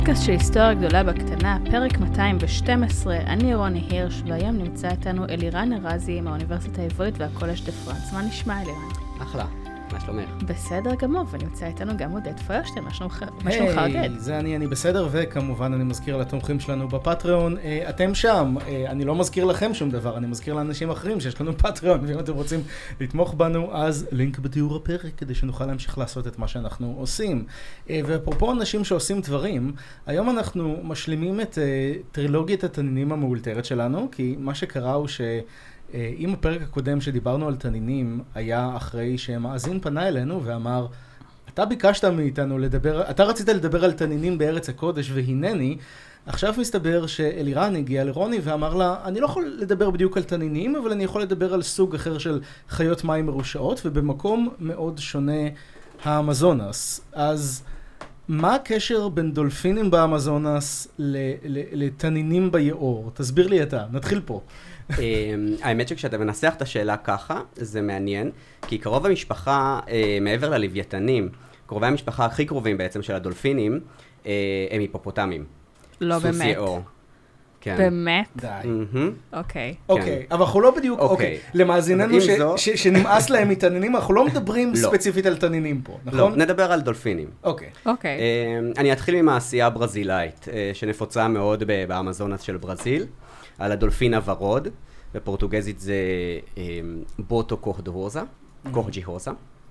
פודקאסט של היסטוריה גדולה בקטנה, פרק 212, אני רוני הירש, והיום נמצא איתנו אלירן ארזי מהאוניברסיטה העברית והקולג' דה פרנס. מה נשמע אלירן? אחלה, מה שלומך? בסדר גמור, ונמצא איתנו גם עודד פוירשטיין, מה שלומך עודד? זה אני בסדר, וכמובן אני מזכיר לתומכים שלנו בפטריון, אתם שם, אני לא מזכיר לכם שום דבר, אני מזכיר לאנשים אחרים שיש לנו פטריון, ואם אתם רוצים לתמוך בנו, אז לינק בתיאור הפרק, כדי שנוכל להמשיך לעשות את מה שאנחנו עושים. ואפרופו אנשים שעושים דברים, היום אנחנו משלימים את טרילוגיית התנינים המאולתרת שלנו, כי מה שקרה הוא אם הפרק הקודם שדיברנו על תנינים היה אחרי שמאזין פנה אלינו ואמר, אתה ביקשת מאיתנו לדבר, אתה רצית לדבר על תנינים בארץ הקודש והינני, עכשיו מסתבר שאלירן הגיע לרוני ואמר לה, אני לא יכול לדבר בדיוק על תנינים, אבל אני יכול לדבר על סוג אחר של חיות מים מרושעות, ובמקום מאוד שונה האמזונס. אז מה הקשר בין דולפינים באמזונס לתנינים ביעור? תסביר לי אתה, נתחיל פה. האמת שכשאתה מנסח את השאלה ככה, זה מעניין, כי קרוב המשפחה, מעבר ללוויתנים, קרובי המשפחה הכי קרובים בעצם של הדולפינים, הם היפופוטמים. לא באמת. סוסי עור. כן. באמת? די. אוקיי. אוקיי, אבל אנחנו לא בדיוק, אוקיי, למאזיננו שנמאס להם מתנינים, אנחנו לא מדברים ספציפית על תנינים פה, נכון? לא, נדבר על דולפינים. אוקיי. אני אתחיל עם העשייה הברזילאית, שנפוצה מאוד באמזונס של ברזיל, על הדולפין הוורוד, בפורטוגזית זה בוטו קורג'יהוסה.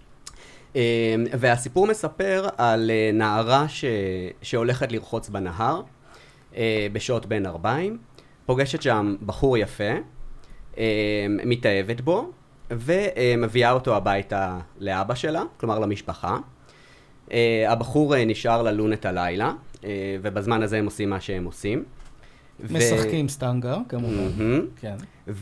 והסיפור מספר על נערה שהולכת לרחוץ בנהר, בשעות בין 40, פוגשת שם בחור יפה, מתאהבת בו, ומביאה אותו הביתה לאבא שלה, כלומר למשפחה. הבחור נשאר ללון את הלילה, ובזמן הזה הם עושים מה שהם עושים. משחקים סטנגה, כמובן. כן.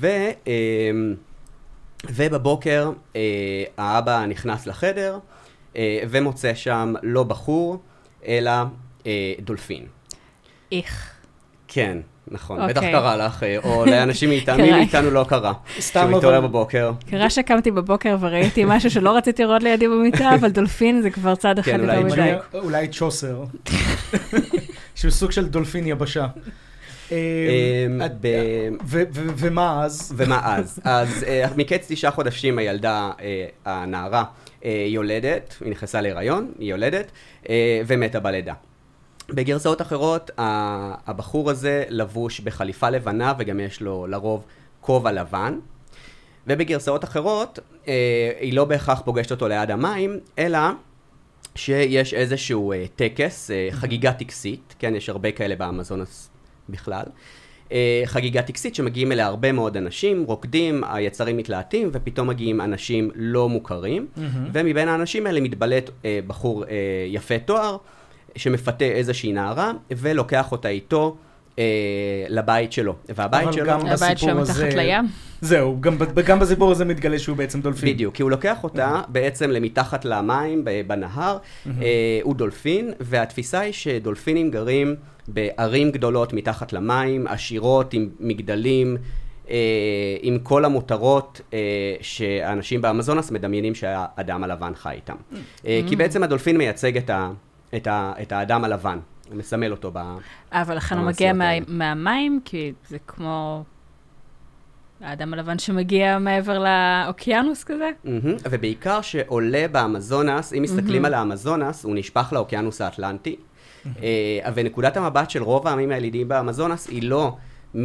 ובבוקר האבא נכנס לחדר, ומוצא שם לא בחור, אלא דולפין. איך. כן, נכון. בטח קרה לך, או לאנשים מאיתנו לא קרה. שהוא התעורר בבוקר. קרה שקמתי בבוקר וראיתי משהו שלא רציתי לראות לידי במיטה, אבל דולפין זה כבר צד אחד יותר מדי. אולי צ'וסר. שהוא סוג של דולפין יבשה. ומה אז? אז מקץ 9 חודשים הילדה, הנערה, יולדת, היא נכנסה להיריון, היא יולדת, ומתה בלידה. בגרסאות אחרות, הבחור הזה לבוש בחליפה לבנה, וגם יש לו לרוב כובע לבן. ובגרסאות אחרות, היא לא בהכרח פוגשת אותו ליד המים, אלא שיש איזשהו טקס, חגיגה טקסית, כן, יש הרבה כאלה באמזונס בכלל. חגיגה טקסית שמגיעים אליה הרבה מאוד אנשים, רוקדים, היצרים מתלהטים, ופתאום מגיעים אנשים לא מוכרים, ומבין האנשים האלה מתבלט בחור יפה תואר, שמפתה איזושהי נערה, ולוקח אותה איתו לבית שלו. והבית שלו... הבית שלו מתחת לים. זהו, גם בסיפור הזה מתגלה שהוא בעצם דולפין. בדיוק, כי הוא לוקח אותה בעצם למתחת למים בנהר, הוא דולפין, והתפיסה היא שדולפינים גרים בערים גדולות מתחת למים, עשירות עם מגדלים, עם כל המותרות שהאנשים באמזונס מדמיינים שהאדם הלבן חי איתם. כי בעצם הדולפין מייצג את האדם הלבן, הוא מסמל אותו אבל לכן הוא מגיע מהמים, כי זה כמו האדם הלבן שמגיע מעבר לאוקיינוס כזה. ובעיקר שעולה באמזונס, אם מסתכלים על האמזונס, הוא נשפך לאוקיינוס האטלנטי, ונקודת המבט של רוב העמים הילידיים באמזונס היא לא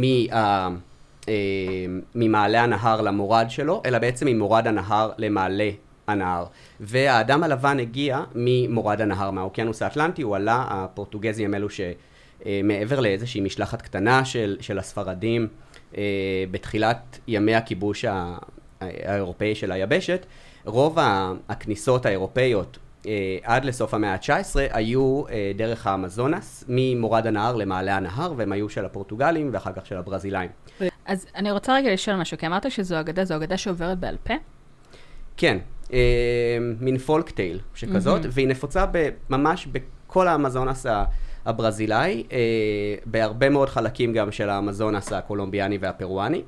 ממעלה הנהר למורד שלו, אלא בעצם ממורד הנהר למעלה הנהר. והאדם הלבן הגיע ממורד הנהר, מהאוקיינוס האטלנטי, הוא עלה, הפורטוגזים אלו שמעבר לאיזושהי משלחת קטנה של הספרדים, בתחילת ימי הכיבוש האירופאי של היבשת, רוב הכניסות האירופאיות עד לסוף המאה ה-19 היו דרך האמזונס, ממורד הנהר למעלה הנהר, והם היו של הפורטוגלים ואחר כך של הברזילאים. אז אני רוצה רגע לשאול משהו, כי אמרת שזו אגדה, זו אגדה שעוברת בעל פה? כן, מין פולק טייל שכזאת, והיא נפוצה ממש בכל האמזונס הברזילאי, בהרבה מאוד חלקים גם של האמזונס הקולומביאני והפרואני.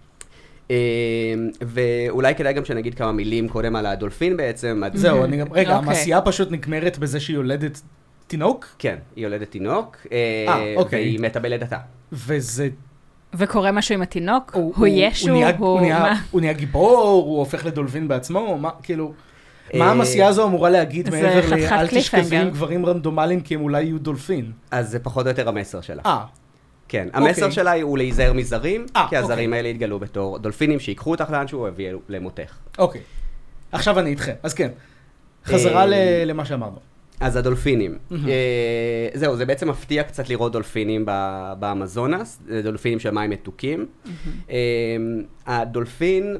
ואולי כדאי גם שנגיד כמה מילים קודם על הדולפין בעצם. זהו, רגע, המעשייה פשוט נגמרת בזה שהיא יולדת תינוק? כן, היא יולדת תינוק, אוקיי. והיא מתה בלידתה. וזה... וקורה משהו עם התינוק? הוא ישו? הוא נהיה גיבור? הוא הופך לדולפין בעצמו? מה, כאילו... מה המסיעה הזו אמורה להגיד מעבר לאל תשכבי עם גברים רנדומליים כי הם אולי יהיו דולפין? אז זה פחות או יותר המסר שלה. כן, המסר שלה הוא להיזהר מזרים, כי הזרים האלה יתגלו בתור דולפינים שיקחו אותך לאנשהו ויביאו למותך. אוקיי, עכשיו אני איתכם, אז כן, חזרה למה שאמרנו. אז הדולפינים, זהו, זה בעצם מפתיע קצת לראות דולפינים באמזונס, דולפינים של מים מתוקים. הדולפין,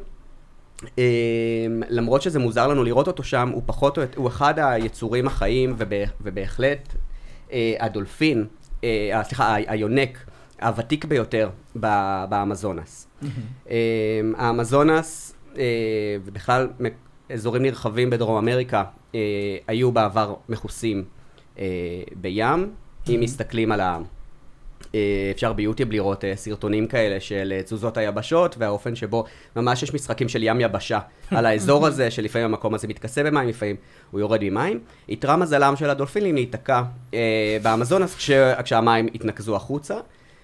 למרות שזה מוזר לנו לראות אותו שם, הוא אחד היצורים החיים, ובהחלט הדולפין, סליחה, היונק, הוותיק ביותר באמזונס. האמזונס, ובכלל אזורים נרחבים בדרום אמריקה, היו בעבר מכוסים בים. אם מסתכלים על אפשר ביוטיוב לראות סרטונים כאלה של תזוזות היבשות, והאופן שבו ממש יש משחקים של ים יבשה על האזור הזה, שלפעמים המקום הזה מתכסה במים, לפעמים הוא יורד ממים. יתרה מזלם של הדולפינים להיתקע באמזונס כשהמים התנקזו החוצה,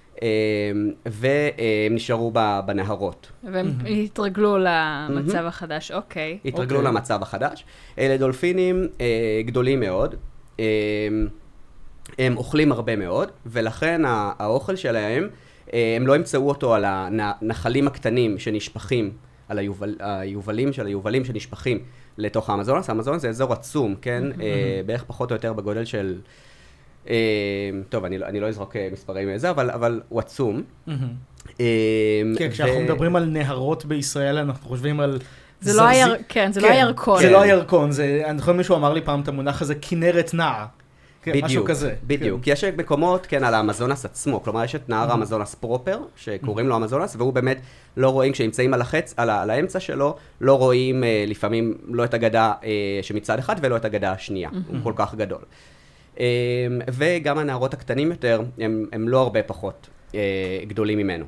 והם נשארו בנהרות. והם התרגלו למצב החדש, אוקיי. התרגלו למצב החדש. אלה דולפינים גדולים מאוד. הם אוכלים הרבה מאוד, ולכן האוכל שלהם, הם לא ימצאו אותו על הנחלים הקטנים שנשפכים, על היובלים שנשפכים לתוך האמזונס. האמזונס זה אזור עצום, כן? בערך פחות או יותר בגודל של... טוב, אני לא אזרוק מספרים מזה, אבל הוא עצום. כן, כשאנחנו מדברים על נהרות בישראל, אנחנו חושבים על... זה לא הירקון. זה לא הירקון, אני חושב מישהו אמר לי פעם את המונח הזה, כנרת נעה. משהו כזה. בדיוק. יש מקומות, כן, על האמזונס עצמו. כלומר, יש את נהר האמזונס פרופר, שקוראים לו אמזונס, והוא באמת לא רואים, כשנמצאים על האמצע שלו, לא רואים לפעמים לא את הגדה שמצד אחד ולא את הגדה השנייה. הוא כל כך גדול. וגם הנהרות הקטנים יותר, הם לא הרבה פחות גדולים ממנו.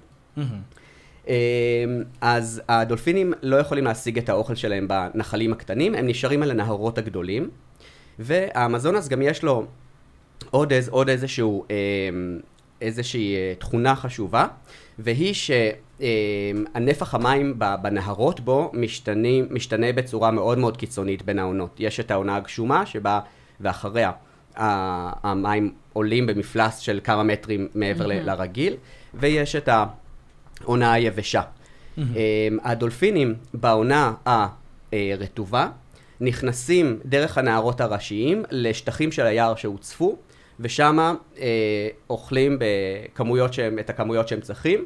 אז הדולפינים לא יכולים להשיג את האוכל שלהם בנחלים הקטנים, הם נשארים על הנהרות הגדולים, והאמזונס גם יש לו עוד איזושהי תכונה חשובה, והיא שהנפח המים בנהרות בו משתנה בצורה מאוד מאוד קיצונית בין העונות. יש את העונה הגשומה שבה, ואחריה המים עולים במפלס של כמה מטרים מעבר לרגיל, ויש את העונה היבשה. הדולפינים בעונה הרטובה נכנסים דרך הנהרות הראשיים לשטחים של היער שהוצפו, ושם אוכלים את הכמויות שהם צריכים,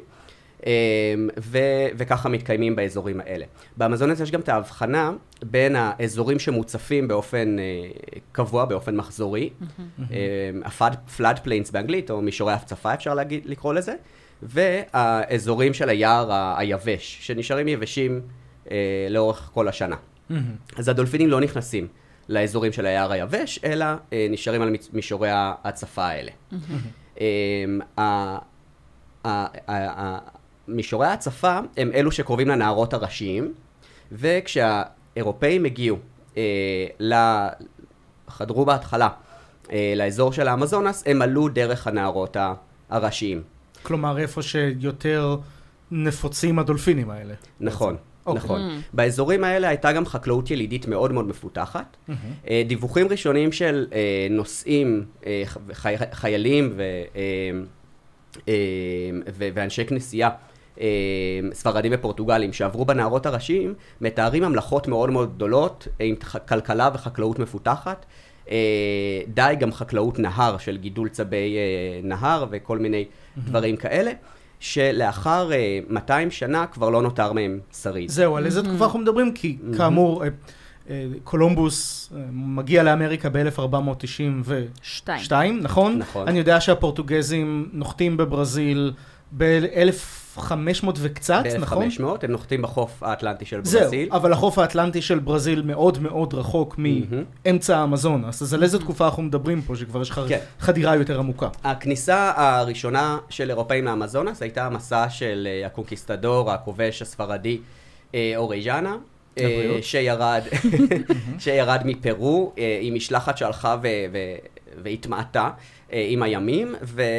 וככה מתקיימים באזורים האלה. באמזונס יש גם את ההבחנה בין האזורים שמוצפים באופן קבוע, באופן מחזורי, ה-flood plains באנגלית, או מישורי הפצפה אפשר לקרוא לזה, והאזורים של היער היבש, שנשארים יבשים לאורך כל השנה. אז הדולפינים לא נכנסים לאזורים של היער היבש, אלא נשארים על מישורי ההצפה האלה. מישורי ההצפה הם אלו שקרובים לנהרות הראשיים, וכשהאירופאים הגיעו, חדרו בהתחלה לאזור של האמזונס, הם עלו דרך הנהרות הראשיים. כלומר, איפה שיותר נפוצים הדולפינים האלה. נכון. נכון. באזורים האלה הייתה גם חקלאות ילידית מאוד מאוד מפותחת. דיווחים ראשונים של נוסעים, חיילים ואנשי כנסייה, ספרדים ופורטוגלים שעברו בנהרות הראשיים, מתארים ממלכות מאוד מאוד גדולות עם כלכלה וחקלאות מפותחת. די גם חקלאות נהר של גידול צבי נהר וכל מיני דברים כאלה. שלאחר 200 שנה כבר לא נותר מהם שריד. זהו, על איזה תקופה אנחנו מדברים? כי כאמור, קולומבוס מגיע לאמריקה ב-1492, נכון? נכון. אני יודע שהפורטוגזים נוחתים בברזיל ב-1500 וקצת, נכון? ב-1500, הם נוחתים בחוף האטלנטי של ברזיל. זהו, אבל החוף האטלנטי של ברזיל מאוד מאוד רחוק מאמצע האמזונס. אז על איזה תקופה אנחנו מדברים פה, שכבר יש חדירה יותר עמוקה? הכניסה הראשונה של אירופאים לאמזונס הייתה המסע של הקונקיסטדור, הכובש הספרדי אוריג'אנה, שירד מפרו עם משלחת שהלכה והתמעטה עם הימים,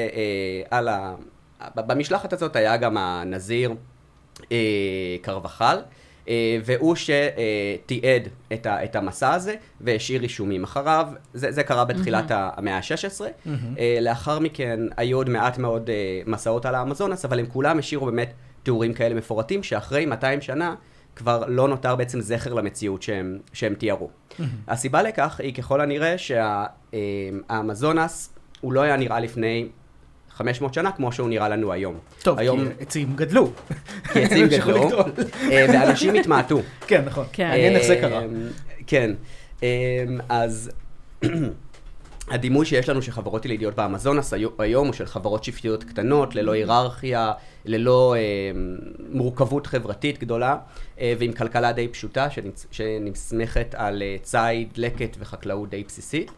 במשלחת הזאת היה גם הנזיר קרבחל, והוא שתיעד את המסע הזה והשאיר רישומים אחריו. זה קרה בתחילת המאה ה-16. לאחר מכן היו עוד מעט מאוד מסעות על האמזונס, אבל הם כולם השאירו באמת תיאורים כאלה מפורטים, שאחרי 200 שנה כבר לא נותר בעצם זכר למציאות שהם תיארו. הסיבה לכך היא ככל הנראה שהאמזונס הוא לא היה נראה לפני 500 שנה כמו שהוא נראה לנו היום. טוב, היום... כי עצים גדלו. כי עצים גדלו, ואנשים התמעטו. כן, נכון. מעניין איך זה קרה. כן, אז הדימוי שיש לנו שחברות ילידיות באמזונס היום הוא של חברות שבטיות קטנות, ללא היררכיה, ללא מורכבות חברתית גדולה, ועם כלכלה די פשוטה שנסמכת על ציד, לקט וחקלאות די בסיסית.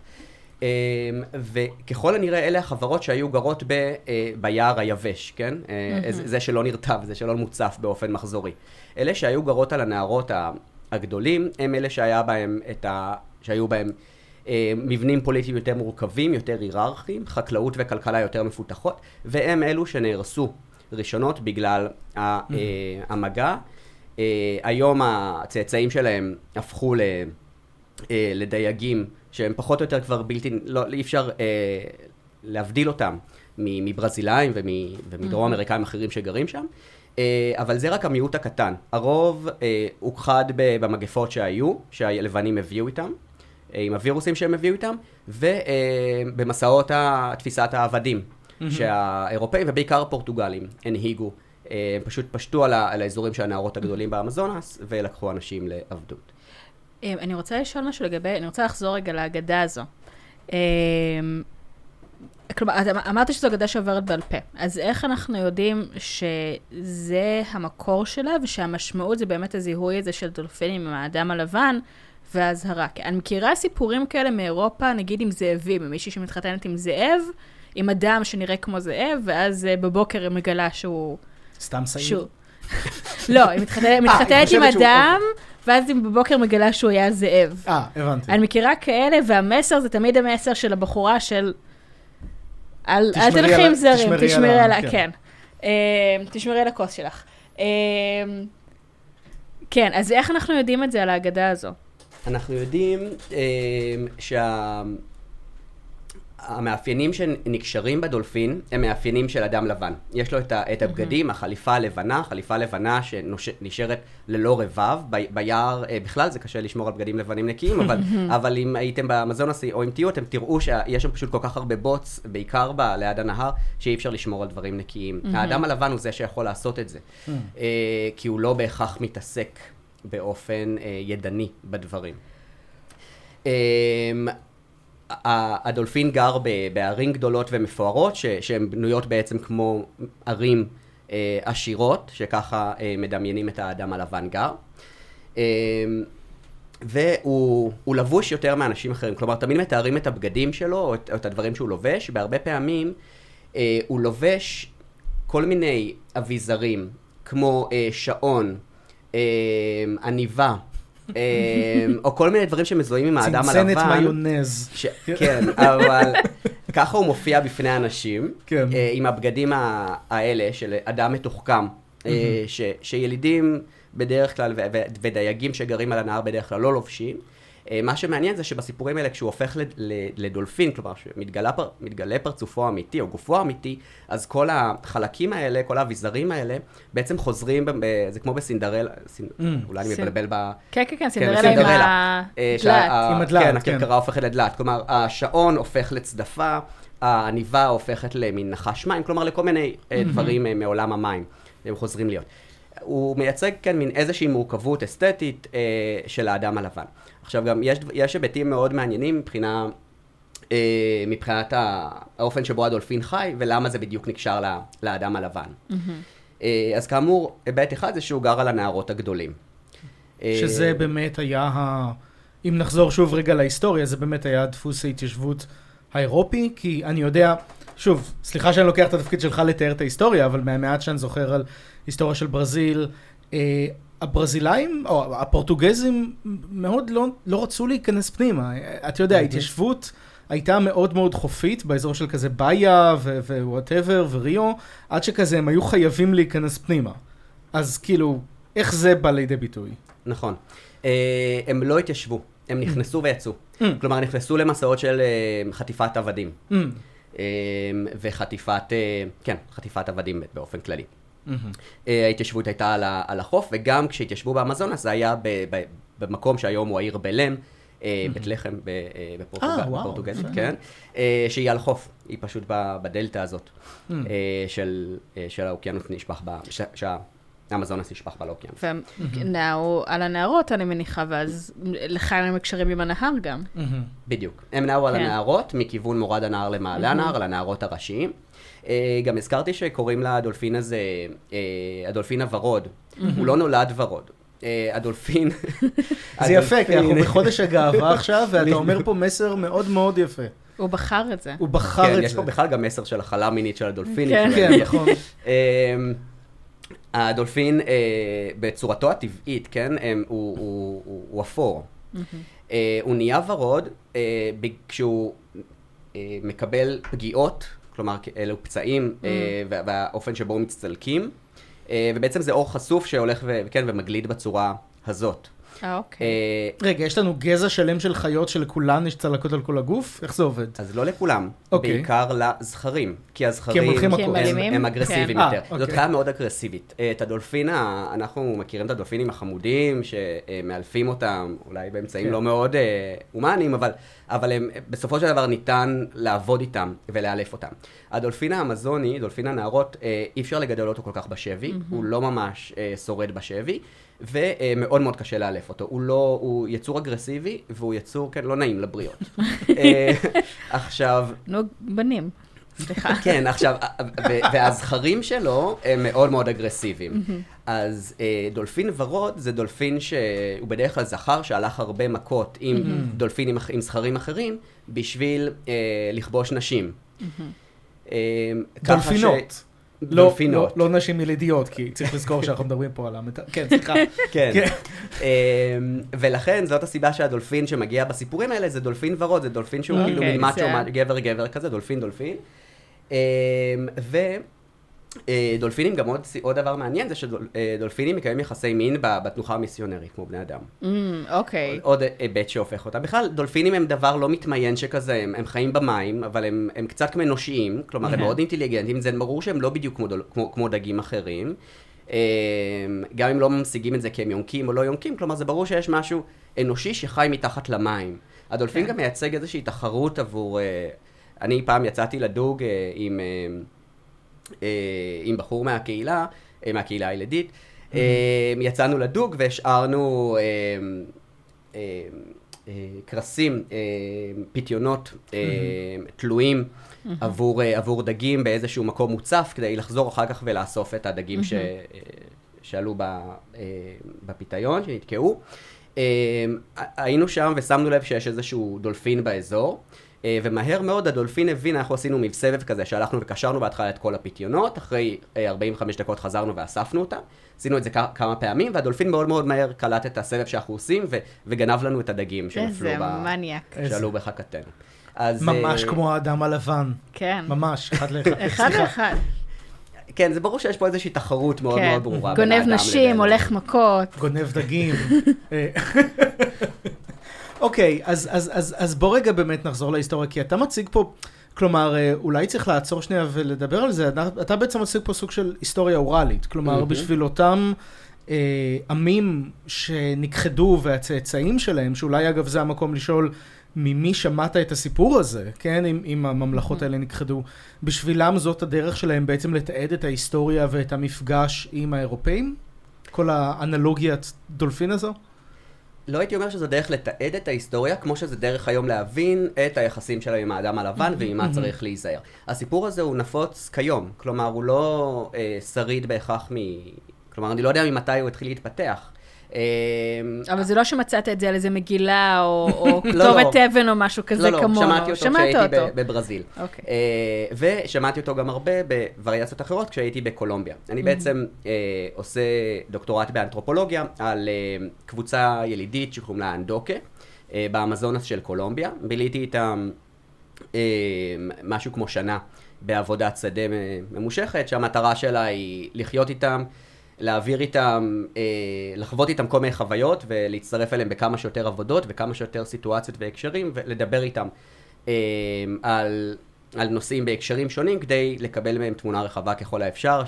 וככל הנראה אלה החברות שהיו גרות ביער היבש, כן? זה שלא נרטב, זה שלא מוצף באופן מחזורי. אלה שהיו גרות על הנהרות הגדולים, הם אלה שהיו בהם מבנים פוליטיים יותר מורכבים, יותר היררכיים, חקלאות וכלכלה יותר מפותחות, והם אלו שנהרסו ראשונות בגלל המגע. היום הצאצאים שלהם הפכו לדייגים שהם פחות או יותר כבר אי אפשר להבדיל אותם מברזילאים ומדרום אמריקאים אחרים שגרים שם, אבל זה רק המיעוט הקטן. הרוב הוכחד במגפות שהלבנים הביאו איתם, עם הווירוסים שהם הביאו איתם, ובמסעות תפיסת העבדים, שהאירופאים ובעיקר הפורטוגלים הנהיגו, הם פשוט פשטו על האזורים של הנהרות הגדולים באמזונס, ולקחו אנשים לעבדות. אני רוצה לשאול משהו אני רוצה לחזור רגע להגדה הזו. כלומר, אמרת שזו אגדה שעוברת בעל פה, אז איך אנחנו יודעים שזה המקור שלה, ושהמשמעות זה באמת הזיהוי הזה של דולפינים עם האדם הלבן, והזהרה? אני מכירה סיפורים כאלה מאירופה, נגיד עם זאבים, עם מישהי שמתחתנת עם זאב, עם אדם שנראה כמו זאב, ואז בבוקר היא מגלה שהוא... סתם סעיר? לא, היא מתחתנת עם אדם, ואז היא בבוקר מגלה שהוא היה זאב. הבנתי. אני מכירה כאלה, והמסר זה תמיד המסר של הבחורה של... אל תלכי עם זרים, תשמרי עליה, כן. תשמרי על הכוס שלך. כן, אז איך אנחנו יודעים את זה על ההגדה הזו? אנחנו יודעים המאפיינים שנקשרים בדולפין הם מאפיינים של אדם לבן. יש לו את הבגדים, החליפה הלבנה שנשארת ללא רבב. ביער בכלל זה קשה לשמור על בגדים לבנים נקיים, אבל אם הייתם באמזונס או אם תהיו, אתם תראו שיש שם פשוט כל כך הרבה בוץ, בעיקר ליד הנהר, שאי אפשר לשמור על דברים נקיים. האדם הלבן הוא זה שיכול לעשות את זה, כי הוא לא בהכרח מתעסק באופן ידני בדברים. הדולפין גר בערים גדולות ומפוארות, שהן בנויות בעצם כמו ערים עשירות, שככה מדמיינים את האדם הלבן גר. והוא לבוש יותר מאנשים אחרים, כלומר תמיד מתארים את הבגדים שלו, או את הדברים שהוא לובש, בהרבה פעמים הוא לובש כל מיני אביזרים, כמו שעון, עניבה, או כל מיני דברים שמזוהים עם האדם הלבן. צנצנת מיונז. כן, אבל ככה הוא מופיע בפני אנשים, עם הבגדים האלה של אדם מתוחכם, שילידים בדרך כלל, ודייגים שגרים על הנהר בדרך כלל לא לובשים. מה שמעניין זה שבסיפורים האלה, כשהוא הופך לדולפין, כלומר, שמתגלה פרצופו האמיתי, או גופו האמיתי, אז כל החלקים האלה, כל האביזרים האלה, בעצם חוזרים, זה כמו בסינדרלה, אולי אני מבלבל ב... כן, סינדרלה עם הדלת. כן, הכרכרה הופכת לדלת. כלומר, השעון הופך לצדפה, העניבה הופכת למין נחש מים, כלומר, לכל מיני דברים מעולם המים, הם חוזרים להיות. הוא מייצג כאן מין איזושהי מורכבות אסתטית של האדם הלבן. עכשיו גם יש היבטים מאוד מעניינים מבחינת האופן שבו הדולפין חי, ולמה זה בדיוק נקשר לאדם הלבן. אז כאמור, היבט אחד זה שהוא גר על הנהרות הגדולים. שזה באמת היה, אם נחזור שוב רגע להיסטוריה, זה באמת היה דפוס ההתיישבות האירופי, כי אני יודע, שוב, סליחה שאני לוקח את התפקיד שלך לתאר את ההיסטוריה, אבל מהמעט שאני זוכר על היסטוריה של ברזיל, הברזילאים, או הפורטוגזים, מאוד לא רצו להיכנס פנימה. אתה יודע, התיישבות הייתה מאוד מאוד חופית, באזור של כזה באיה ווואטאבר וריו, עד שכזה הם היו חייבים להיכנס פנימה. אז כאילו, איך זה בא לידי ביטוי? נכון. הם לא התיישבו, הם נכנסו ויצאו. כלומר, נכנסו למסעות של חטיפת עבדים. וחטיפת, כן, חטיפת עבדים באופן כללי. ההתיישבות הייתה על החוף, וגם כשהתיישבו באמזונס, זה היה במקום שהיום הוא העיר בלם, בית לחם בפורטוגזית, כן? שהיא על חוף, היא פשוט בדלטה הזאת, של האוקיינוס נשפך שהאמזונס נשפך בה לאוקיינוס. ונעו על הנערות, אני מניחה, ואז לך הם הקשרים עם הנהר גם. בדיוק. הם נעו על הנערות, מכיוון מורד הנהר למעלה הנהר, על הנערות הראשיים. גם הזכרתי שקוראים לדולפין הזה, הדולפין הוורוד. הוא לא נולד ורוד. הדולפין... זה יפה, כי אנחנו בחודש הגאווה עכשיו, ואתה אומר פה מסר מאוד מאוד יפה. הוא בחר את זה. הוא בחר את זה. כן, יש פה בכלל גם מסר של החלה מינית של הדולפינים. כן, נכון. הדולפין בצורתו הטבעית, כן, הוא אפור. הוא נהיה ורוד כשהוא מקבל פגיעות, כלומר אלו פצעים והאופן שבו הם מצטלקים, ובעצם זה אור חשוף שהולך ומגליד בצורה הזאת. אוקיי. רגע, יש לנו גזע שלם של חיות שלכולן יש צלקות על כל הגוף? איך זה עובד? אז לא לכולם, בעיקר לזכרים, כי הזכרים הם אגרסיביים יותר. זאת חיה מאוד אגרסיבית. את הדולפין, אנחנו מכירים את הדולפינים החמודים, שמאלפים אותם, אולי באמצעים לא מאוד הומניים, אבל בסופו של דבר ניתן לעבוד איתם ולאלף אותם. הדולפין האמזוני, דולפין הנערות, אי אפשר לגדל אותו כל כך בשבי, הוא לא ממש שורד בשבי, ומאוד מאוד קשה לאלף אותו. הוא יצור אגרסיבי, והוא יצור, כן, לא נעים לבריות. עכשיו... נו, בנים. סליחה. כן, עכשיו, והזכרים שלו הם מאוד מאוד אגרסיביים. אז דולפין ורוד זה דולפין שהוא בדרך כלל זכר שהלך הרבה מכות עם דולפינים, עם זכרים אחרים, בשביל לכבוש נשים. דולפינות. דולפינות. לא נשים ילידיות, כי צריך לזכור שאנחנו מדברים פה על כן, סליחה. כן. ולכן זאת הסיבה שהדולפין שמגיע בסיפורים האלה זה דולפין ורוד, זה דולפין שהוא כאילו מין מאצ'ו, גבר כזה, דולפין. ודולפינים, גם עוד דבר מעניין, זה שדולפינים מקיימים יחסי מין בתנוחה המיסיונרית, כמו בני אדם. אוקיי. עוד היבט שהופך אותה. בכלל, דולפינים הם דבר לא מתמיין שכזה, הם חיים במים, אבל הם קצת כמו אנושיים, כלומר, הם מאוד אינטליגנטים, זה ברור שהם לא בדיוק כמו דגים אחרים. גם אם לא ממשיגים את זה כי הם יונקים או לא יונקים, כלומר, זה ברור שיש משהו אנושי שחי מתחת למים. הדולפין גם מייצג איזושהי תחרות עבור... אני פעם יצאתי לדוג עם בחור מהקהילה הילדית, יצאנו לדוג והשארנו קרסים, פיתיונות תלויים עבור דגים באיזשהו מקום מוצף, כדי לחזור אחר כך ולאסוף את הדגים שעלו בפיתיון, שנתקעו. היינו שם ושמנו לב שיש איזשהו דולפין באזור, ומהר מאוד הדולפין הבין, אנחנו עשינו סבב כזה, שהלכנו וקשרנו בהתחלה את כל הפיתיונות, אחרי 45 דקות חזרנו ואספנו אותם, עשינו את זה כמה פעמים, והדולפין מאוד מאוד מהר קלט את הסבב שאנחנו עושים, וגנב לנו את הדגים שנפלו שעלו בחכתנו. ממש כמו האדם הלבן. כן. ממש, אחד לאחד. אחד לאחד. כן, זה ברור שיש פה איזושהי תחרות מאוד מאוד ברורה. גונב נשים, הולך מכות. גונב דגים. אוקיי, אז בוא רגע באמת נחזור להיסטוריה, כי אתה מציג פה, כלומר, אולי צריך לעצור שנייה ולדבר על זה, אתה בעצם מציג פה סוג של היסטוריה אוראלית, כלומר, בשביל אותם עמים שנכחדו והצאצאים שלהם, שאולי אגב זה המקום לשאול ממי שמעת את הסיפור הזה, כן, אם הממלכות האלה נכחדו, בשבילם זאת הדרך שלהם בעצם לתעד את ההיסטוריה ואת המפגש עם האירופאים? כל האנלוגיית דולפין הזו? לא הייתי אומר שזו דרך לתעד את ההיסטוריה, כמו שזה דרך היום להבין את היחסים שלהם עם האדם הלבן ועמה צריך להיזהר. הסיפור הזה הוא נפוץ כיום, כלומר הוא לא שריד בהכרח כלומר אני לא יודע ממתי הוא התחיל להתפתח. אבל זה לא שמצאת את זה על איזה מגילה או כתובת אבן או משהו כזה כמונו. לא, שמעתי אותו כשהייתי בברזיל. ושמעתי אותו גם הרבה בווריאציות אחרות כשהייתי בקולומביה. אני בעצם עושה דוקטורט באנתרופולוגיה על קבוצה ילידית שקוראים לה אנדוקה, באמזונס של קולומביה. ביליתי איתם משהו כמו שנה בעבודת שדה ממושכת, שהמטרה שלה היא לחיות איתם, להעביר איתם, לחוות איתם כל מיני חוויות ולהצטרף אליהם בכמה שיותר עבודות וכמה שיותר סיטואציות והקשרים ולדבר איתם על נושאים בהקשרים שונים כדי לקבל מהם תמונה רחבה ככל האפשר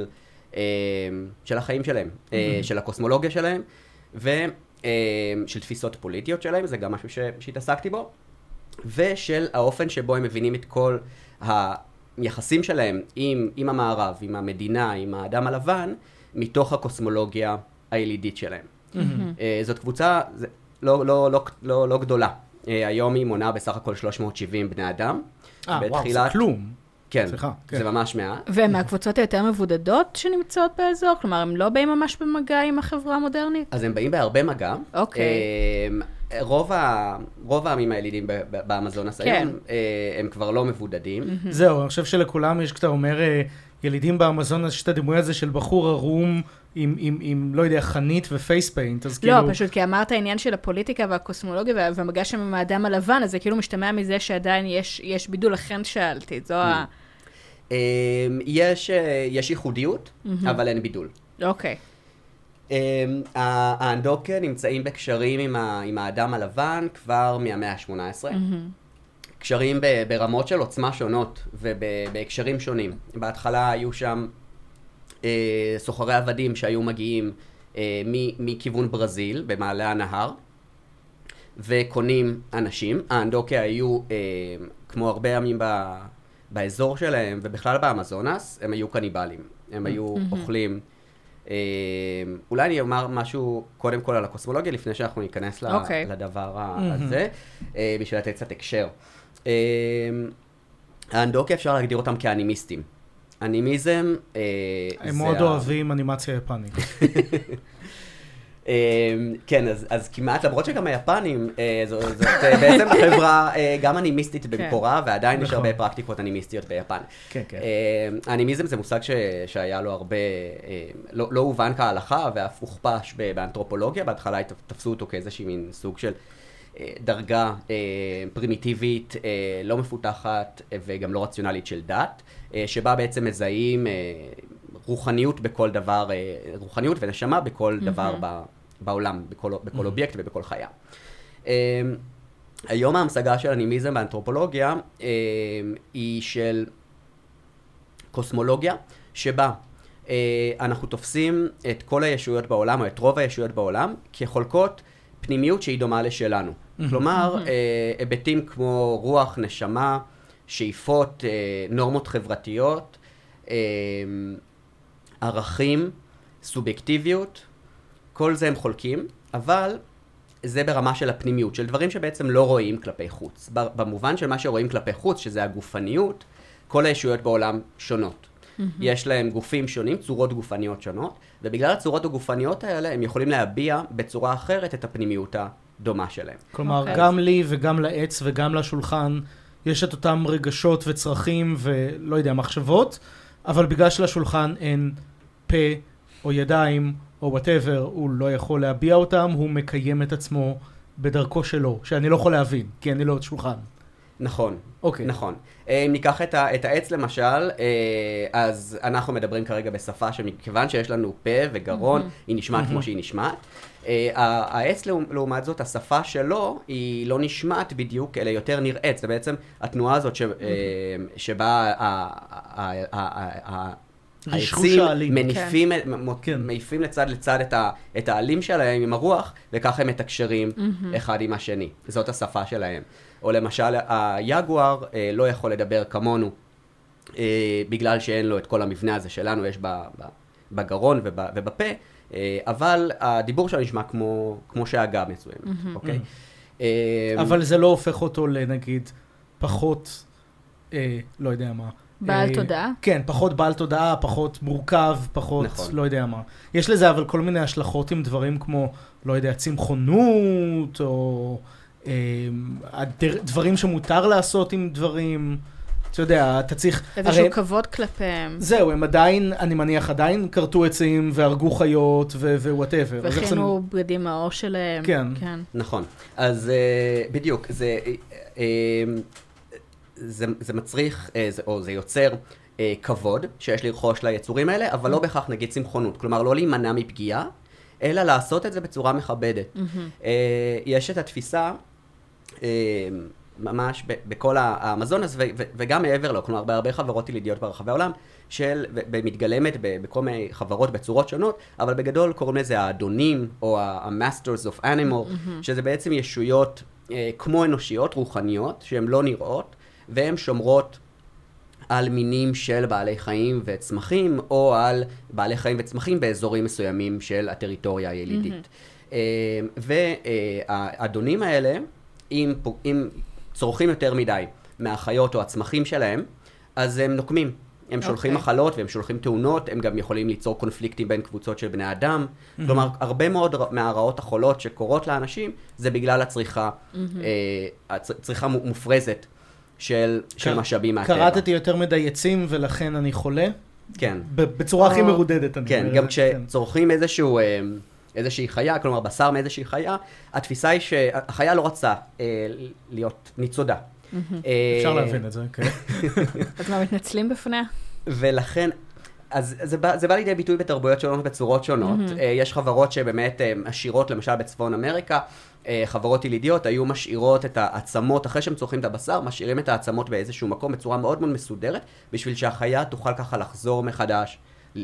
של החיים שלהם, של הקוסמולוגיה שלהם ושל תפיסות פוליטיות שלהם, זה גם משהו שהתעסקתי בו, ושל האופן שבו הם מבינים את כל היחסים שלהם עם המערב, עם המדינה, עם האדם הלבן, מתוך הקוסמולוגיה הילידית שלהם. זאת קבוצה לא גדולה. היום היא מונה בסך הכל 370 בני אדם. וואו, זה כלום. כן, סליחה, כן. זה ממש מעט. ומהקבוצות היותר מבודדות שנמצאות באזור? כלומר, הם לא באים ממש במגע עם החברה המודרנית? אז הם באים בהרבה מגע. אוקיי. רוב העמים הילידים באמזונס היום, הם כבר לא מבודדים. זהו, אני חושב שלכולם יש, כשאתה אומר ילידים באמזונס, יש את הדימוי הזה של בחור ערום עם לא יודע, חנית ופייספיינט, אז כאילו... לא, פשוט כי אמרת העניין של הפוליטיקה והקוסמולוגיה והמגע שם עם האדם הלבן, אז זה כאילו משתמע מזה שעדיין יש בידול, לכן שאלתי, זו ה... יש ייחודיות, אבל אין בידול. אוקיי. האנדוקה נמצאים בקשרים עם האדם הלבן כבר מהמאה ה-18. קשרים ברמות של עוצמה שונות ובהקשרים שונים. בהתחלה היו שם סוחרי עבדים שהיו מגיעים מכיוון ברזיל, במעלה הנהר, וקונים אנשים. האנדוקה היו, כמו הרבה ימים באזור שלהם, ובכלל באמזונס, הם היו קניבלים. הם היו אוכלים. אולי אני אומר משהו קודם כל על הקוסמולוגיה, לפני שאנחנו ניכנס לדבר הזה, בשביל לתת קצת הקשר. האנדוקה אפשר להגדיר אותם כאנימיסטים. אנימיזם... הם מאוד אוהבים אנימציה יפנית. כן, אז כמעט, למרות שגם היפנים, זאת בעצם חברה גם אנימיסטית במקורה, ועדיין יש הרבה פרקטיקות אנימיסטיות ביפן. האנימיזם זה מושג שהיה לו הרבה, לא הובן כהלכה, ואף הוכפש באנתרופולוגיה, בהתחלה תפסו אותו כאיזושהי מין סוג של דרגה פרימיטיבית, לא מפותחת וגם לא רציונלית של דת, שבה בעצם מזהים רוחניות בכל דבר, רוחניות ונשמה בכל דבר בעולם, בכל אובייקט ובכל חיה. היום ההמשגה של אנימיזם באנתרופולוגיה היא של קוסמולוגיה, שבה אנחנו תופסים את כל הישויות בעולם, או את רוב הישויות בעולם, כחולקות פנימיות שהיא דומה לשלנו. כלומר, היבטים כמו רוח, נשמה, שאיפות, נורמות חברתיות, ערכים, סובייקטיביות, כל זה הם חולקים, אבל זה ברמה של הפנימיות, של דברים שבעצם לא רואים כלפי חוץ. במובן של מה שרואים כלפי חוץ, שזה הגופניות, כל הישויות בעולם שונות. יש להם גופים שונים, צורות גופניות שונות, ובגלל הצורות הגופניות האלה הם יכולים להביע בצורה אחרת את הפנימיות הדומה שלהם. כלומר, גם לי וגם לעץ וגם לשולחן יש את אותם רגשות וצרכים ולא יודע, מחשבות, אבל בגלל שלשולחן אין פה או ידיים או whatever, הוא לא יכול להביע אותם, הוא מקיים את עצמו בדרכו שלו, שאני לא יכול להבין, כי אני לא את שולחן. נכון, אוקיי. נכון. אם ניקח את העץ למשל, אז אנחנו מדברים כרגע בשפה שמכיוון שיש לנו פה וגרון, היא נשמעת כמו שהיא נשמעת. העץ לעומת זאת, השפה שלו היא לא נשמעת בדיוק, אלא יותר נראית. זה בעצם התנועה הזאת שבה העצים מניפים לצד לצד את העלים שלהם עם הרוח, וככה הם מתקשרים אחד עם השני. זאת השפה שלהם. או למשל, היגואר לא יכול לדבר כמונו, בגלל שאין לו את כל המבנה הזה שלנו, יש בגרון ובפה, אבל הדיבור שלו נשמע כמו שאגה מסוימת, אוקיי? אבל זה לא הופך אותו לנגיד פחות, לא יודע מה. בעל תודעה? כן, פחות בעל תודעה, פחות מורכב, פחות לא יודע מה. יש לזה אבל כל מיני השלכות עם דברים כמו, לא יודע, צמחונות, או דברים שמותר לעשות עם דברים, אתה יודע, אתה צריך... איזשהו כבוד כלפיהם. זהו, הם עדיין, אני מניח, עדיין קרטו עצים והרגו חיות ווואטאבר. וכינו בגדים מהאור שלהם. כן. נכון. אז בדיוק, זה... זה מצריך, או זה יוצר כבוד שיש לרכוש ליצורים האלה, אבל לא בהכרח נגיד צמחונות. כלומר, לא להימנע מפגיעה, אלא לעשות את זה בצורה מכבדת. יש את התפיסה, ממש בכל המזון הזה, וגם מעבר לו, כלומר, בהרבה חברות ילידיות ברחבי העולם, מתגלמת בכל מיני חברות בצורות שונות, אבל בגדול קוראים לזה האדונים, או ה-masters of animal, שזה בעצם ישויות כמו אנושיות, רוחניות, שהן לא נראות, והן שומרות על מינים של בעלי חיים וצמחים, או על בעלי חיים וצמחים באזורים מסוימים של הטריטוריה הילידית. והאדונים האלה, אם צורכים יותר מדי מהחיות או הצמחים שלהם, אז הם נוקמים. הם שולחים מחלות והם שולחים תאונות, הם גם יכולים ליצור קונפליקטים בין קבוצות של בני אדם. כלומר, הרבה מאוד מהרעות החולות שקורות לאנשים, זה בגלל הצריכה מופרזת של משאבים מהטבע. קראתי יותר מדי עצים ולכן אני חולה? כן. בצורה הכי מרודדת. כן, גם כשצורכים איזושהי חיה, כלומר בשר מאיזושהי חיה, התפיסה היא שהחיה לא רצה להיות ניצודה. אפשר להבין את זה, כן. אז מה, מתנצלים בפניה? ולכן, אז זה בא לידי ביטוי בתרבויות שונות, בצורות שונות. יש חברות שבאמת עשירות, למשל בצפון אמריקה, חברות ילידיות היו משאירות את העצמות, אחרי שהם צורכים את הבשר, משאירים את העצמות באיזשהו מקום בצורה מאוד מאוד מסודרת, בשביל שהחיה תוכל ככה לחזור מחדש.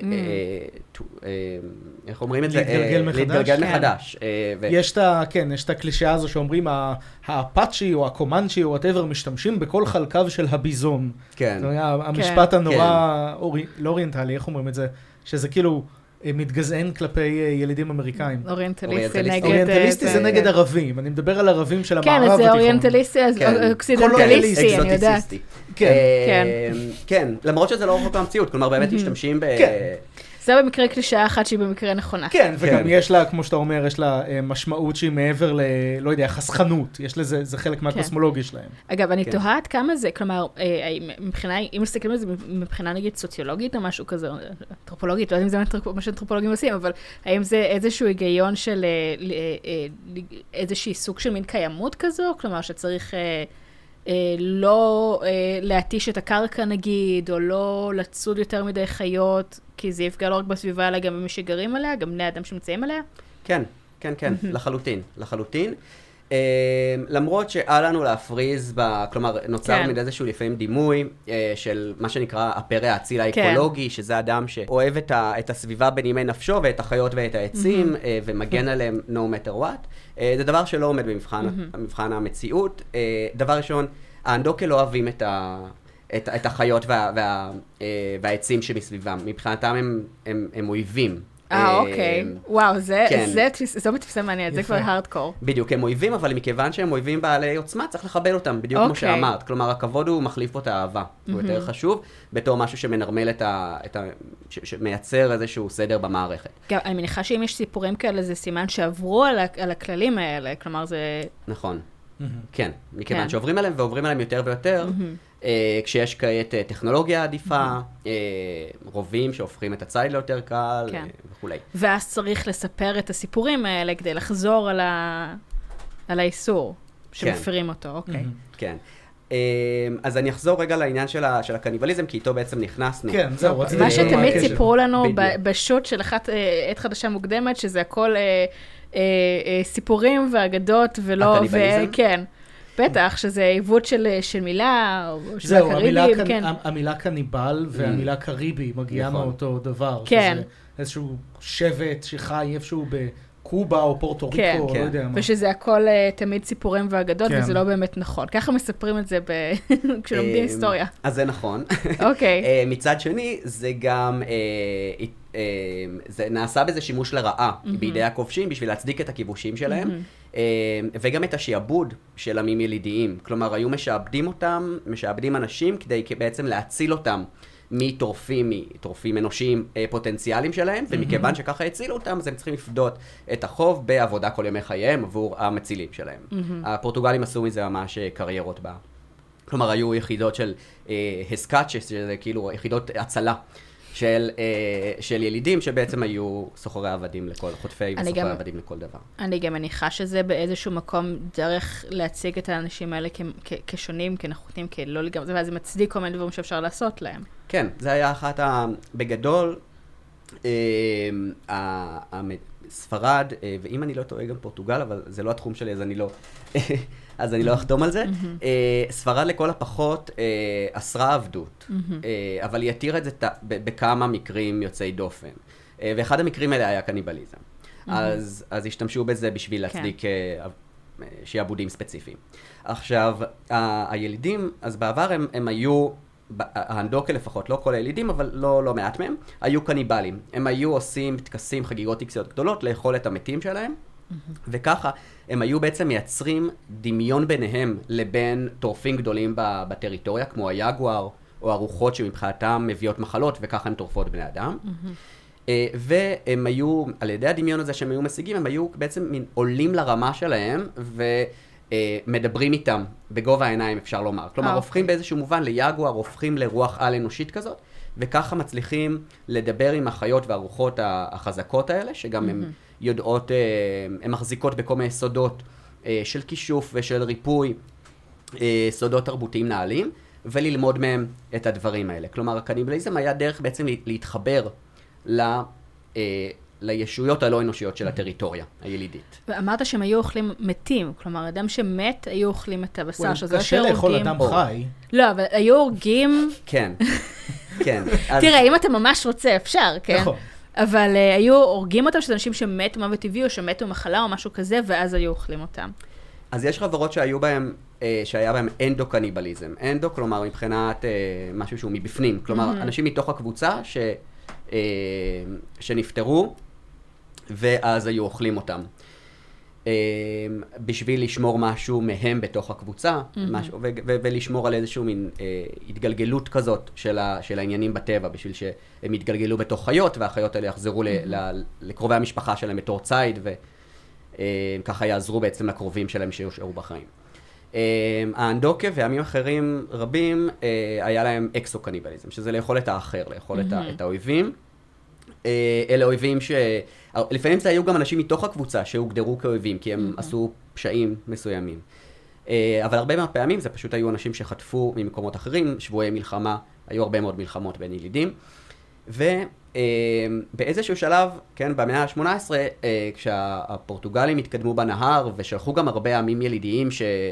איך אומרים את זה? להתגלגל מחדש. יש את הקלישאה הזו שאומרים, האפאצ'י או הקומנצ'י או whatever משתמשים בכל חלקיו של הביזון. כן. המשפט הנורא, לא אוריינטלי, איך אומרים את זה? שזה כאילו מתגזען כלפי ילידים אמריקאים. אוריינטליסטי זה נגד ערבים. אני מדבר על ערבים של המערב התיכון. כן, זה אוריינטליסטי, אוקסידנטליסטי, אני יודעת. כן, למרות שזה לא רחוק מהמציאות, כלומר באמת משתמשים זה במקרה קלישאה אחת שהיא במקרה נכונה. כן, וגם יש לה, כמו שאתה אומר, יש לה משמעות שהיא מעבר ל, לא יודע, חסכנות. יש לזה, זה חלק מהקוסמולוגיה שלהם. אגב, אני תוהה כמה זה, כלומר, מבחינה, אם מסתכלים על זה מבחינה נגיד סוציולוגית או משהו כזה, אנתרופולוגית, לא יודע אם זה מה שאנתרופולוגים עושים, אבל האם זה איזשהו היגיון של איזושהי סוג של מין קיימות כזו? כלומר, שצריך לא להתיש את הקרקע נגיד, או לא לצוד יותר מדי חיות, כי זה יפגע לא רק בסביבה, אלא גם במי שגרים עליה, גם בני אדם שנמצאים עליה? כן, לחלוטין. למרות שהיה לנו להפריז, כלומר, נוצר מדי איזשהו לפעמים דימוי של מה שנקרא הפרא האציל האקולוגי, שזה אדם שאוהב את הסביבה בנימי נפשו, ואת החיות ואת העצים, ומגן עליהם no matter what. זה דבר שלא עומד במבחן המציאות. דבר ראשון, האנדוקל לא אוהבים את החיות והעצים שבסביבם. מבחינתם הם אויבים. אוקיי. וואו, זו בתפיסה מעניינת, זה כבר הארדקור. בדיוק, הם אויבים, אבל מכיוון שהם אויבים בעלי עוצמה, צריך לכבד אותם, בדיוק כמו שאמרת. כלומר, הכבוד הוא מחליף פה את האהבה. הוא יותר חשוב, בתור משהו שמנרמל שמייצר איזשהו סדר במערכת. גם, אני מניחה שאם יש סיפורים כאלה, זה סימן שעברו על הכללים האלה, כלומר זה... נכון. כן, מכיוון שעוברים עליהם ועוברים עליהם יותר ויותר, כשיש כעת טכנולוגיה עדיפה, רובים שהופכים את הציד ליותר קל וכולי. ואז צריך לספר את הסיפורים האלה כדי לחזור על האיסור שמפרים אותו, אוקיי. כן. אז אני אחזור רגע לעניין של הקניבליזם, כי איתו בעצם נכנסנו. כן, זהו. מה שתמיד סיפרו לנו בשוט של אחת עת חדשה מוקדמת, שזה הכל סיפורים ואגדות ולא... הקניבליזם? כן. בטח, שזה עיוות של מילה, או של הקריבים, כן. המילה קניבל והמילה קריבי מגיעה מאותו דבר. כן. איזשהו שבט שחי איפשהו בקובה או פורטו ריקו, לא יודע מה. ושזה הכל תמיד סיפורים ואגדות, וזה לא באמת נכון. ככה מספרים את זה כשלומדים היסטוריה. אז זה נכון. אוקיי. מצד שני, זה גם... זה נעשה בזה שימוש לרעה בידי הכובשים בשביל להצדיק את הכיבושים שלהם, וגם את השיעבוד של עמים ילידיים. כלומר, היו משעבדים אנשים כדי בעצם להציל אותם מטורפים אנושיים פוטנציאליים שלהם, ומכיוון שככה הצילו אותם, אז הם צריכים לפדות את החוב בעבודה כל ימי חייהם עבור המצילים שלהם. הפורטוגלים עשו מזה ממש קריירות בה. כלומר, היו יחידות של הסקאצ'ס, שזה כאילו יחידות הצלה. של ילידים שבעצם היו סוחרי עבדים חוטפי וסוחרי עבדים לכל דבר. אני גם מניחה שזה באיזשהו מקום דרך להציג את האנשים האלה כשונים, כנחותים, כלא לגמרי, ואז זה מצדיק כל מיני דברים שאפשר לעשות להם. כן, זה היה בגדול, ספרד, ואם אני לא טועה גם פורטוגל, אבל זה לא התחום שלי, אז אני לא אחתום על זה. ספרד לכל הפחות אסרה עבדות, אבל היא התירה את זה בכמה מקרים יוצאי דופן. ואחד המקרים האלה היה קניבליזם. אז השתמשו בזה בשביל להצדיק שיעבודים ספציפיים. עכשיו, הילידים, אז בעבר הם היו, האנדוקה לפחות, לא כל הילידים, אבל לא מעט מהם, היו קניבלים. הם היו עושים טקסים, חגיגות טקסיות גדולות, לאכול את המתים שלהם, וככה הם היו בעצם מייצרים דמיון ביניהם לבין טורפים גדולים בטריטוריה, כמו היגואר, או הרוחות שמבחינתם מביאות מחלות, וככה הן טורפות בני אדם. והם היו, על ידי הדמיון הזה שהם היו משיגים, הם היו בעצם עולים לרמה שלהם, מדברים איתם בגובה העיניים, אפשר לומר. כלומר, הופכים באיזשהו מובן ליגואר, הופכים לרוח על אנושית כזאת, וככה מצליחים לדבר עם החיות והרוחות החזקות האלה, שגם הן יודעות, הן מחזיקות בכל מיני סודות של כישוף ושל ריפוי, סודות תרבותיים נעלים, וללמוד מהם את הדברים האלה. כלומר, הקניבליזם היה דרך בעצם להתחבר לישויות הלא אנושיות של הטריטוריה הילידית. ואמרת שהם היו אוכלים מתים, כלומר, אדם שמת היו אוכלים את הבשר, שזה קשה לאכול אדם חי. לא, אבל היו הורגים... כן, כן. תראה, אם אתה ממש רוצה, אפשר, כן? נכון. אבל היו הורגים אותם, שזה אנשים שמתו מוות טבעי, או שמתו מחלה או משהו כזה, ואז היו אוכלים אותם. אז יש חברות שהיה בהם אנדו-קניבליזם. אנדו, כלומר, מבחינת משהו שהוא מבפנים. כלומר, אנשים מתוך הקבוצה שנפטרו, ואז היו אוכלים אותם. בשביל לשמור משהו מהם בתוך הקבוצה, ולשמור על איזשהו מין התגלגלות כזאת של העניינים בטבע, בשביל שהם יתגלגלו בתוך חיות, והחיות האלה יחזרו לקרובי המשפחה שלהם בתור ציד, וככה יעזרו בעצם לקרובים שלהם שיושארו בחיים. האנדוקה ועמים אחרים רבים, היה להם אקסו-קניבליזם, שזה לאכול את האחר, לאכול את האויבים. אלה אויבים לפעמים זה היו גם אנשים מתוך הקבוצה שהוגדרו כאויבים, כי הם עשו פשעים מסוימים. אבל הרבה מהפעמים זה פשוט היו אנשים שחטפו ממקומות אחרים, שבועי מלחמה, היו הרבה מאוד מלחמות בין ילידים. ובאיזשהו שלב, כן, במאה ה-18, כשהפורטוגלים התקדמו בנהר, ושלחו גם הרבה עמים ילידיים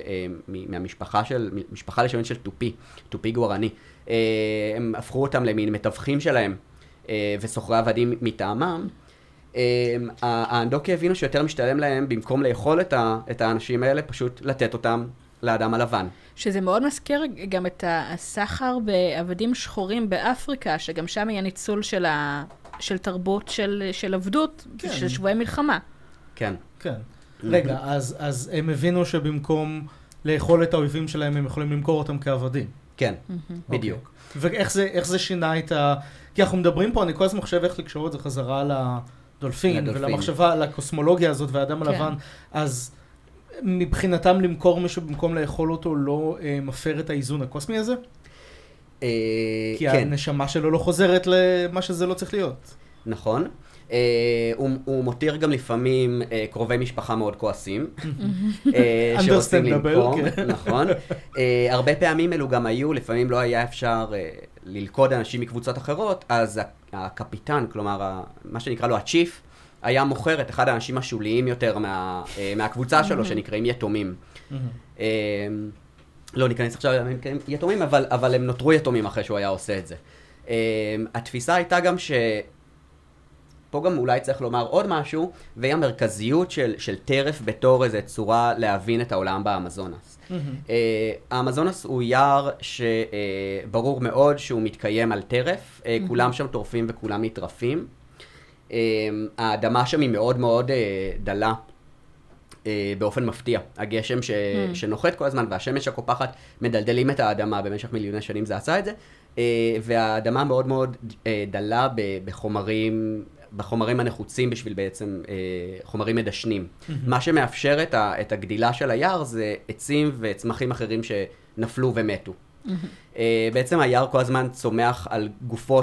משפחה לשונית של טופי גוארני, הם הפכו אותם למין מתווכים שלהם, וסוחרי עבדים מטעמם. האנדוקה הבינו שיותר משתלם להם, במקום לאכול את האנשים האלה, פשוט לתת אותם לאדם הלבן. שזה מאוד מזכיר גם את הסחר בעבדים שחורים באפריקה, שגם שם היה ניצול של תרבות של עבדות, כן. של שבועי מלחמה. כן. כן. רגע, אז הם הבינו שבמקום לאכול את האויבים שלהם, הם יכולים למכור אותם כעבדים. כן, בדיוק. ואיך זה שינה את כי אנחנו מדברים פה, אני כל הזמן חושב איך לקשור את זה חזרה לדולפין, ולמחשבה על הקוסמולוגיה הזאת והאדם הלבן, אז מבחינתם למכור מישהו במקום לאכול אותו לא מפר את האיזון הקוסמי הזה? כי הנשמה שלו לא חוזרת למה שזה לא צריך להיות. נכון. הוא מותיר גם לפעמים קרובי משפחה מאוד כועסים, שרוצים למכור, נכון. הרבה פעמים אלו גם היו, לפעמים לא היה אפשר ללכוד אנשים מקבוצות אחרות, אז הקפיטן, כלומר, מה שנקרא לו הצ'יף, היה מוכר את אחד האנשים השוליים יותר מהקבוצה שלו, שנקראים יתומים. לא ניכנס עכשיו יתומים, אבל הם נותרו יתומים אחרי שהוא היה עושה את זה. התפיסה הייתה גם פה גם אולי צריך לומר עוד משהו, והיא המרכזיות של טרף בתור איזו צורה להבין את העולם באמזונס. האמזונס הוא יער שברור מאוד שהוא מתקיים על טרף, כולם שם טורפים וכולם נטרפים. האדמה שם היא מאוד מאוד דלה באופן מפתיע. הגשם שנוחת כל הזמן והשמש הקופחת מדלדלים את האדמה במשך מיליוני שנים, זה עשה את זה, והאדמה מאוד מאוד דלה בחומרים הנחוצים בשביל בעצם חומרים מדשנים. מה שמאפשר את הגדילה של היער זה עצים וצמחים אחרים שנפלו ומתו. בעצם היער כל הזמן צומח על גופות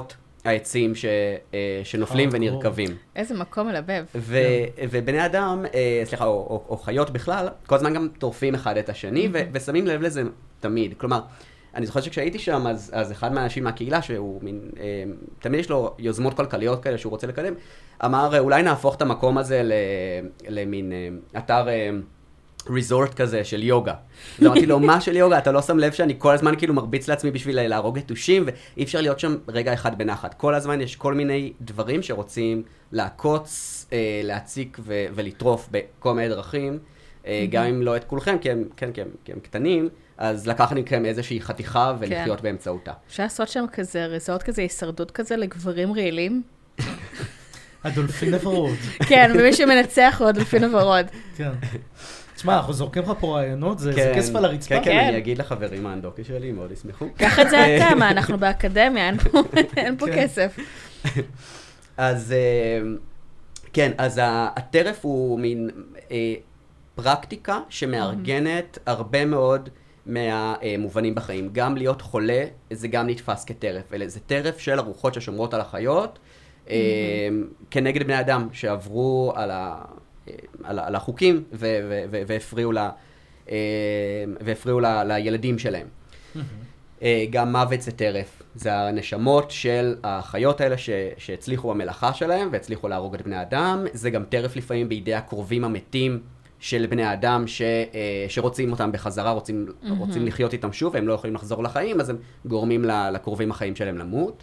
העצים שנופלים ונרכבים. איזה מקום מלבב. ובני אדם, סליחה, או חיות בכלל, כל הזמן גם טורפים אחד את השני, ושמים לב לזה תמיד. כלומר, אני זוכר שכשהייתי שם, אז אחד מהאנשים מהקהילה, שהוא מין, תמיד יש לו יוזמות כלכליות כאלה שהוא רוצה לקדם, אמר, אולי נהפוך את המקום הזה למין אתר ריזורט כזה של יוגה. אז אמרתי לו, מה של יוגה? אתה לא שם לב שאני כל הזמן כאילו מרביץ לעצמי בשביל להרוג יתושים, ואי אפשר להיות שם רגע אחד בנחת. כל הזמן יש כל מיני דברים שרוצים לעקוץ, להציק ולטרוף בכל מיני דרכים, גם אם לא את כולכם, כי הם קטנים, אז לקחנו מכם איזושהי חתיכה ולחיות באמצעותה. אפשר לעשות שם כזה ריזורט כזה, הישרדות כזה לגברים רעילים? הדולפין הוורוד. כן, ומי שמנצח הוא הדולפין הוורוד. כן. תשמע, אנחנו זורקים לך פה רעיונות, זה כסף על הרצפה. כן, אני אגיד לחברים האנדוקי שלי, מאוד ישמחו. קח את זה אתה, מה, אנחנו באקדמיה, אין פה כסף. אז כן, אז הטרף הוא מין פרקטיקה שמארגנת הרבה מאוד מהמובנים בחיים. גם להיות חולה, זה גם נתפס כטרף. זה טרף של הרוחות ששומרות על החיות, כנגד בני אדם שעברו על החוקים והפריעו לילדים שלהם. גם מוות זה טרף. זה הנשמות של החיות האלה שהצליחו במלאכה שלהם והצליחו להרוג את בני אדם. זה גם טרף לפעמים בידי הקרובים המתים של בני אדם שרוצים אותם בחזרה, רוצים לחיות איתם שוב, והם לא יכולים לחזור לחיים, אז הם גורמים לקרובים החיים שלהם למות.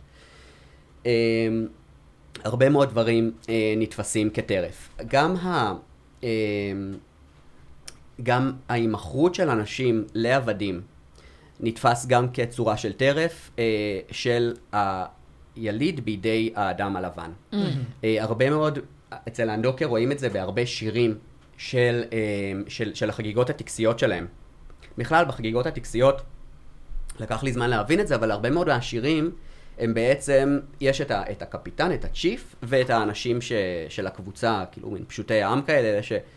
הרבה מאוד דברים נתפסים כטרף. גם ההימכרות של אנשים לעבדים נתפס גם כצורה של טרף של היליד בידי האדם הלבן. הרבה מאוד, אצל האנדוקר רואים את זה בהרבה שירים של החגיגות הטקסיות שלהם. בכלל, בחגיגות הטקסיות, לקח לי זמן להבין את זה, אבל הרבה מאוד מהשירים הם בעצם, יש את הקפיטן, את הצ'יף, ואת האנשים של הקבוצה, כאילו מין פשוטי העם כאלה,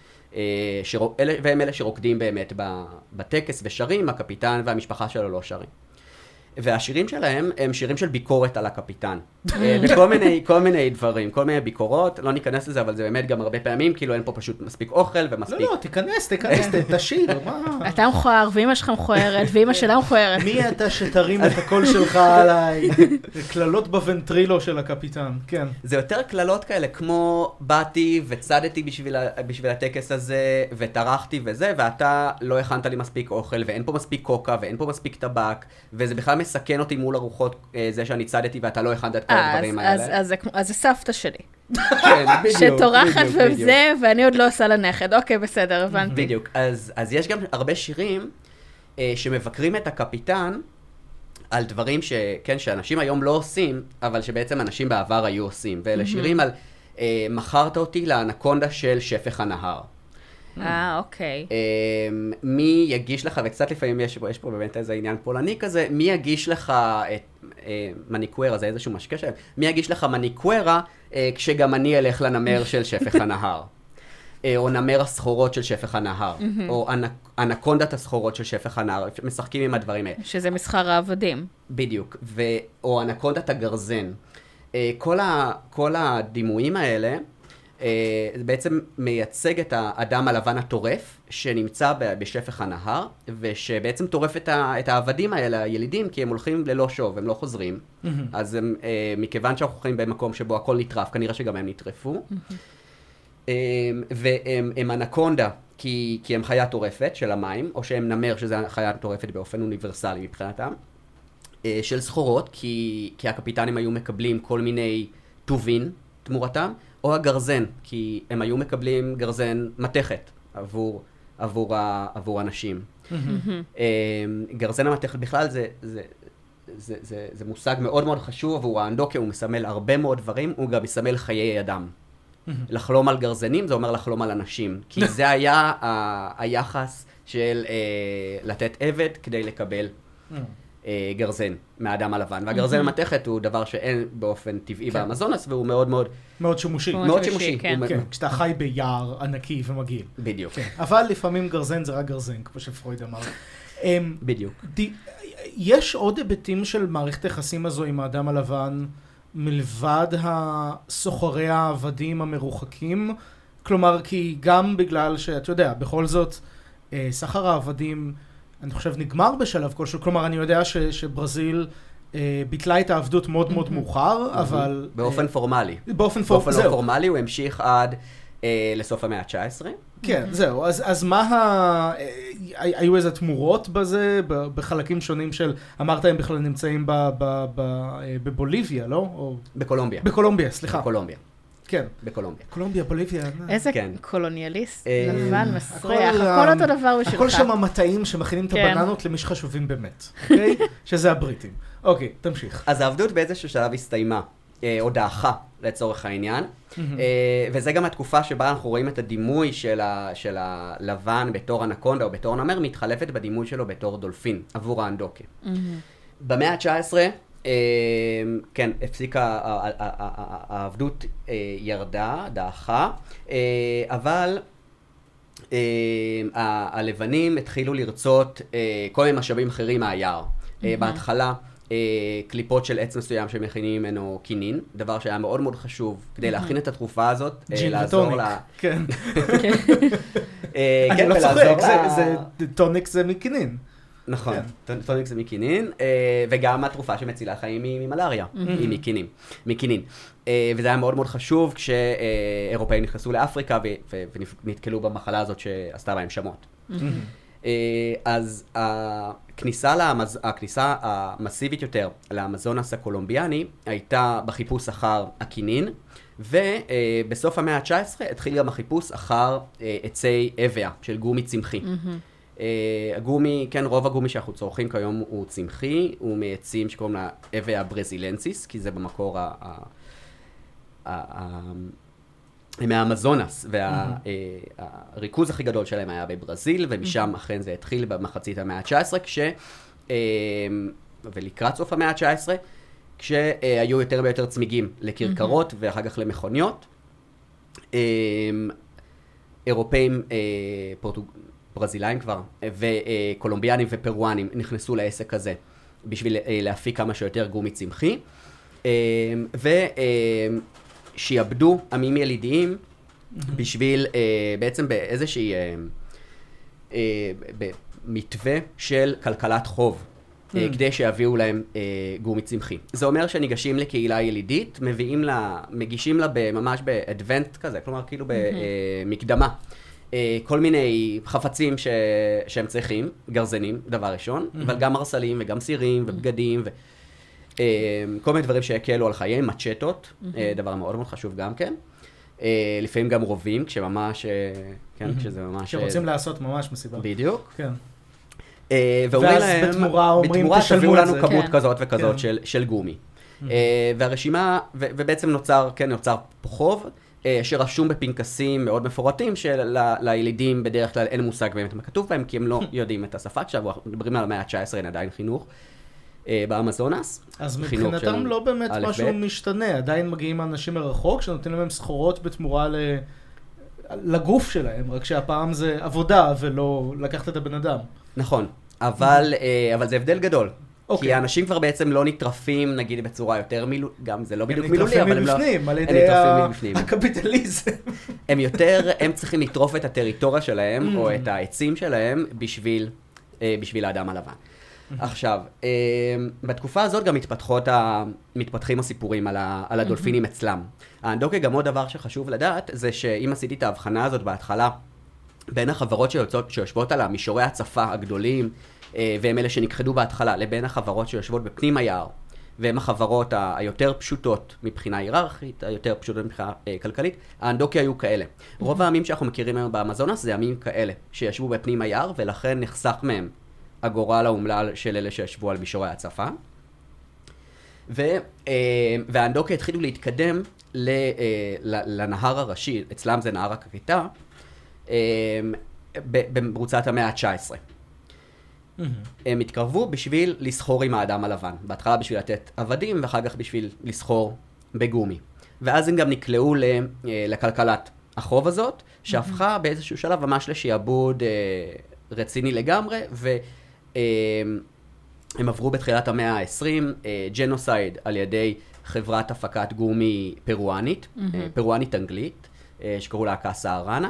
והם אלה שרוקדים באמת בטקס ושרים, הקפיטן והמשפחה שלו לא שרים. והשירים שלהם הם שירים של ביקורת על הקפיטן. כל מיני דברים, כל מיני ביקורות, לא ניכנס לזה, אבל זה באמת גם הרבה פעמים, כאילו אין פה פשוט מספיק אוכל ומספיק... לא, תיכנס, תשאיר, מה? אתה מכוער, ואמא שלך מכוערת, ואמא שלה מכוערת. מי אתה שתרים את הקול שלך עליי? כללות בוונטרילו של הקפיטן, כן. זה יותר כללות כאלה, כמו באתי וצדתי בשביל הטקס הזה, וטרחתי וזה, ואתה לא הכנת לי מספיק אוכל, ואין פה מספיק קוקה, ואין פה מספיק טבק, וזה בכלל מסכן אותי מול הרוחות זה שאני צדתי ואתה לא הכנת את כל הדברים האלה. אז זה סבתא שלי. כן, בדיוק. שטורחת וזה, ואני עוד לא עושה לנכד. אוקיי, בסדר, הבנתי. בדיוק. אז יש גם הרבה שירים שמבקרים את הקפיטן על דברים שאנשים היום לא עושים, אבל שבעצם אנשים בעבר היו עושים. ואלה שירים על מכרת אותי לאנקונדה של שפך הנהר. אוקיי. מי יגיש לך, וקצת לפעמים יש פה באמת איזה עניין פולני כזה, מי יגיש לך את מניקוורה, זה איזשהו משקה שלהם, מי יגיש לך מניקוורה כשגם אני אלך לנמר של שפך הנהר, או נמר הסחורות של שפך הנהר, או אנקונדת הסחורות של שפך הנהר, משחקים עם הדברים האלה. שזה מסחר העבדים. בדיוק, או אנקונדת הגרזן. כל הדימויים האלה, זה בעצם מייצג את האדם הלבן הטורף שנמצא בשפך הנהר, ושבעצם טורף את העבדים האלה, הילידים, כי הם הולכים ללא שוב, הם לא חוזרים. אז הם, מכיוון שאנחנו הולכים במקום שבו הכל נטרף, כנראה שגם הם נטרפו. והם אנקונדה, כי הם חיה טורפת של המים, או שהם נמר, שזה חיה טורפת באופן אוניברסלי מבחינתם, של סחורות, כי הקפיטנים היו מקבלים כל מיני טובין תמורתם, או הגרזן, כי הם היו מקבלים גרזן מתכת עבור אנשים. גרזן המתכת בכלל זה מושג מאוד מאוד חשוב עבור האנדוקה, הוא מסמל הרבה מאוד דברים, הוא גם מסמל חיי אדם. לחלום על גרזנים זה אומר לחלום על אנשים, כי זה היה היחס של לתת עבד כדי לקבל גרזן מהאדם הלבן. והגרזן המתכת הוא דבר שאין באופן טבעי באמזונס, והוא מאוד מאוד... מאוד שימושי. מאוד שימושי. כן, כשאתה חי ביער ענקי ומגעיל. בדיוק. אבל לפעמים גרזן זה רק גרזן, כמו שפרויד אמר. בדיוק. יש עוד היבטים של מערכת היחסים הזו עם האדם הלבן מלבד הסוחרי העבדים המרוחקים? כלומר, כי גם בגלל שאתה יודע, בכל זאת, סחר העבדים, אני חושב, נגמר בשלב כלשהו. כלומר, אני יודע שברזיל ביטלה את העבדות מאוד מאוד מאוחר, אבל... באופן פורמלי. באופן לא פורמלי הוא המשיך עד לסוף המאה ה-19. כן, זהו. אז היו איזה תמורות בזה, בחלקים שונים של, אמרת הם בכלל נמצאים בבוליביה, לא? בקולומביה. בקולומביה, סליחה. בקולומביה. כן. בקולומביה. קולומביה, בוליביה. איזה קולוניאליסט לבן מסריח, הכל אותו דבר בשבילך. הכל שם המטעים שמכינים את הבננות למי שחשובים באמת, אוקיי? שזה הבריטים. אוקיי, תמשיך. אז העבדות באיזשהו שלב הסתיימה, או דעכה לצורך העניין, וזה גם התקופה שבה אנחנו רואים את הדימוי של הלבן בתור אנקונדה או בתור נמר, מתחלפת בדימוי שלו בתור דולפין, עבור האנדוקה. במאה ה-19, כן, הפסיקה, העבדות ירדה, דעכה, אבל הלבנים התחילו לרצות כל מיני משאבים אחרים מהיער. בהתחלה, קליפות של עץ מסוים שמכינים ממנו קינין, דבר שהיה מאוד מאוד חשוב כדי להכין את התרופה הזאת, לעזור לה... כן. אני לא צוחק, טוניק זה מקינין. נכון, טוניק זה מקינין, וגם התרופה שמצילה חיים ממלאריה, היא מקינין. וזה היה מאוד מאוד חשוב כשאירופאים נכנסו לאפריקה ונתקלו במחלה הזאת שעשתה בהם שמות. אז הכניסה המסיבית יותר לאמזונס הקולומביאני הייתה בחיפוש אחר הקינין, ובסוף המאה ה-19 התחיל גם החיפוש אחר עצי אביה של גומי צמחי. הגומי, כן, רוב הגומי שאנחנו צורכים כיום הוא צמחי, הוא מעצים שקוראים לה אביה ברזילנסיס, כי זה במקור מהאמזונס, והריכוז הכי גדול שלהם היה בברזיל, ומשם אכן זה התחיל במחצית המאה ה-19, ולקראת סוף המאה ה-19, כשהיו יותר ויותר צמיגים לכרכרות ואחר כך למכוניות. אירופאים, ברזילאים כבר, וקולומביאנים ופרואנים נכנסו לעסק הזה בשביל להפיק כמה שיותר גומי צמחי, שיעבדו עמים ילידיים בשביל בעצם באיזושהי מתווה של כלכלת חוב, כדי שיביאו להם גומי צמחי. זה אומר שניגשים לקהילה ילידית, מגישים לה ממש באדוונט כזה, כלומר כאילו במקדמה, כל מיני חפצים שהם צריכים, גרזנים, דבר ראשון, אבל גם ארסלים וגם סירים ובגדים כל מיני דברים שיקלו על חייהם, מצ'טות, דבר מאוד מאוד חשוב גם כן. לפעמים גם רובים, כשממש, כן, כשזה ממש... כשרוצים לעשות ממש מסיבה. בדיוק. כן. ואומרים להם, בתמורה תביאו לנו כמות כן. כזאת וכזאת של גומי. והרשימה, ובעצם נוצר פה חוב, שרשום בפנקסים מאוד מפורטים, שלילידים בדרך כלל אין מושג באמת מה כתוב בהם, כי הם לא יודעים את השפה. עכשיו, מדברים על המאה ה-19, אין עדיין חינוך. באמזונס. אז מבחינתם לא באמת משהו משתנה, עדיין מגיעים אנשים מרחוק, שנותנים להם סחורות בתמורה לגוף שלהם, רק שהפעם זה עבודה ולא לקחת את הבן אדם. נכון, אבל זה הבדל גדול. כי האנשים כבר בעצם לא נטרפים, נגיד, בצורה יותר גם זה לא בדיוק מילולי, אבל הם לא... הם נטרפים מבפנים, הקפיטליזם. הם צריכים לטרוף את הטריטוריה שלהם, או את העצים שלהם, בשביל האדם הלבן. עכשיו, בתקופה הזאת גם מתפתחים הסיפורים על הדולפינים אצלם. האנדוקה, גם עוד דבר שחשוב לדעת, זה שאם עשיתי את ההבחנה הזאת בהתחלה, בין החברות שיושבות על המישורי הצפה הגדולים, והם אלה שנכחדו בהתחלה, לבין החברות שיושבות בפנים היער, והן החברות היותר פשוטות מבחינה היררכית, היותר פשוטות מבחינה כלכלית, האנדוקה היו כאלה. רוב העמים שאנחנו מכירים היום באמזונס זה עמים כאלה, שישבו בפנים היער, ולכן נחסך מהם הגורל האומלל של אלה שישבו על מישורי הצפה. והאנדוקה התחילו להתקדם לנהר הראשי, אצלם זה נהר הקריטה, במרוצת המאה ה-19. הם התקרבו בשביל לסחור עם האדם הלבן. בהתחלה בשביל לתת עבדים, ואחר כך בשביל לסחור בגומי. ואז הם גם נקלעו לכלכלת החוב הזאת, שהפכה באיזשהו שלב ממש לשיעבוד רציני לגמרי, והם עברו בתחילת המאה ה-20, ג'נוסייד על ידי חברת הפקת גומי פרואנית, פרואנית אנגלית, שקראו לה קאסה אראנה,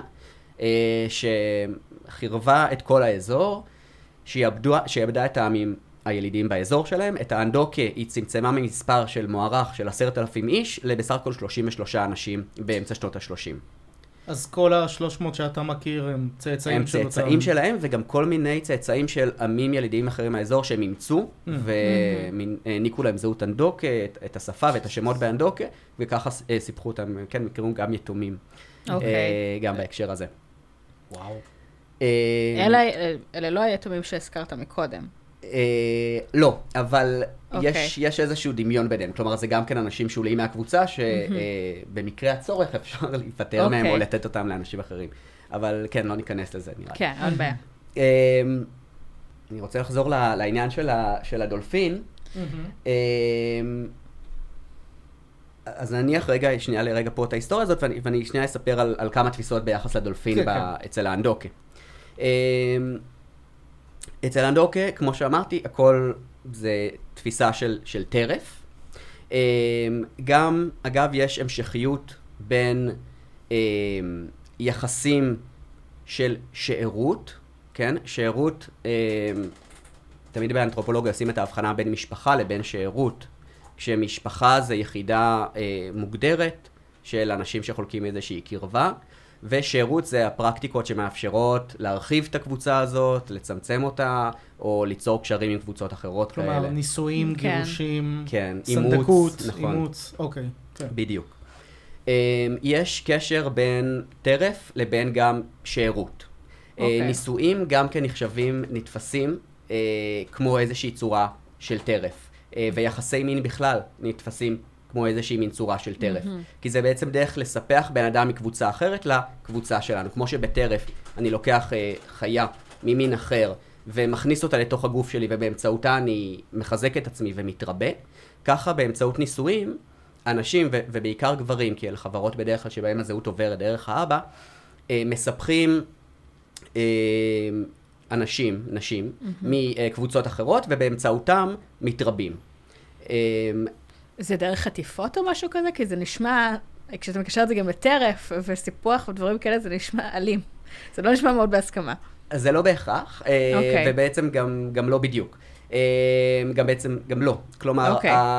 שחירבה את כל האזור, שיעבדה את העמים הילידים באזור שלהם. את האנדוקה היא צמצמה ממספר של מוערך של 10,000 איש, לבסך הכל 33 אנשים באמצע שנות ה-30. אז כל ה-300 שאתה מכיר הם צאצאים של אותם... הם צאצאים שלהם, וגם כל מיני צאצאים של עמים ילידיים אחרים מהאזור שהם אימצו, והעניקו להם זהות אנדוקה, את השפה ואת השמות באנדוקה, וככה סיפחו אותם, כן, מכירים גם יתומים, גם בהקשר הזה. וואו. אלה לא היתומים שהזכרת מקודם. לא, אבל יש איזשהו דמיון ביניהם. כלומר, זה גם כן אנשים שוליים מהקבוצה, שבמקרה הצורך אפשר להיפטר מהם או לתת אותם לאנשים אחרים. אבל כן, לא ניכנס לזה, נראה לי. כן, אין בעיה. אני רוצה לחזור לעניין של הדולפין. אז נניח שנייה לרגע פה את ההיסטוריה הזאת, ואני שנייה אספר על כמה תפיסות ביחס לדולפין אצל האנדוקה. אצל אנדוקה, כמו שאמרתי, הכל זה תפיסה של טרף. גם, אגב, יש המשכיות בין יחסים של שארות, כן? שארות, תמיד באנתרופולוגיה עושים את ההבחנה בין משפחה לבין שארות, כשמשפחה זה יחידה מוגדרת של אנשים שחולקים איזושהי קרבה, ושארות זה הפרקטיקות שמאפשרות להרחיב את הקבוצה הזאת, לצמצם אותה, או ליצור קשרים עם קבוצות אחרות כאלה. כלומר, נישואים, גירושים, כן, סנדקות, נכון. אימוץ, אוקיי. בדיוק. יש קשר בין טרף לבין גם שארות. נישואים גם כן נתפסים כמו איזושהי צורה של טרף, ויחסי מין בכלל נתפסים כמו איזושהי מין צורה של טרף. כי זה בעצם דרך לספח בן אדם מקבוצה אחרת לקבוצה שלנו. כמו שבטרף אני לוקח חיה ממין אחר ומכניס אותה לתוך הגוף שלי, ובאמצעותה אני מחזק את עצמי ומתרבה, ככה באמצעות נישואים, אנשים ובעיקר גברים, כי אלה חברות בדרך כלל שבהם הזהות עוברת דרך האבא, מספחים נשים מקבוצות אחרות, ובאמצעותם מתרבים. זה דרך חטיפות או משהו כזה? כי זה נשמע, כשאתה מקשר את זה גם לטרף וסיפוח ודברים כאלה, זה נשמע אלים. זה לא נשמע מאוד בהסכמה. אז זה לא בהכרח, ובעצם גם לא בדיוק. גם לא. כלומר,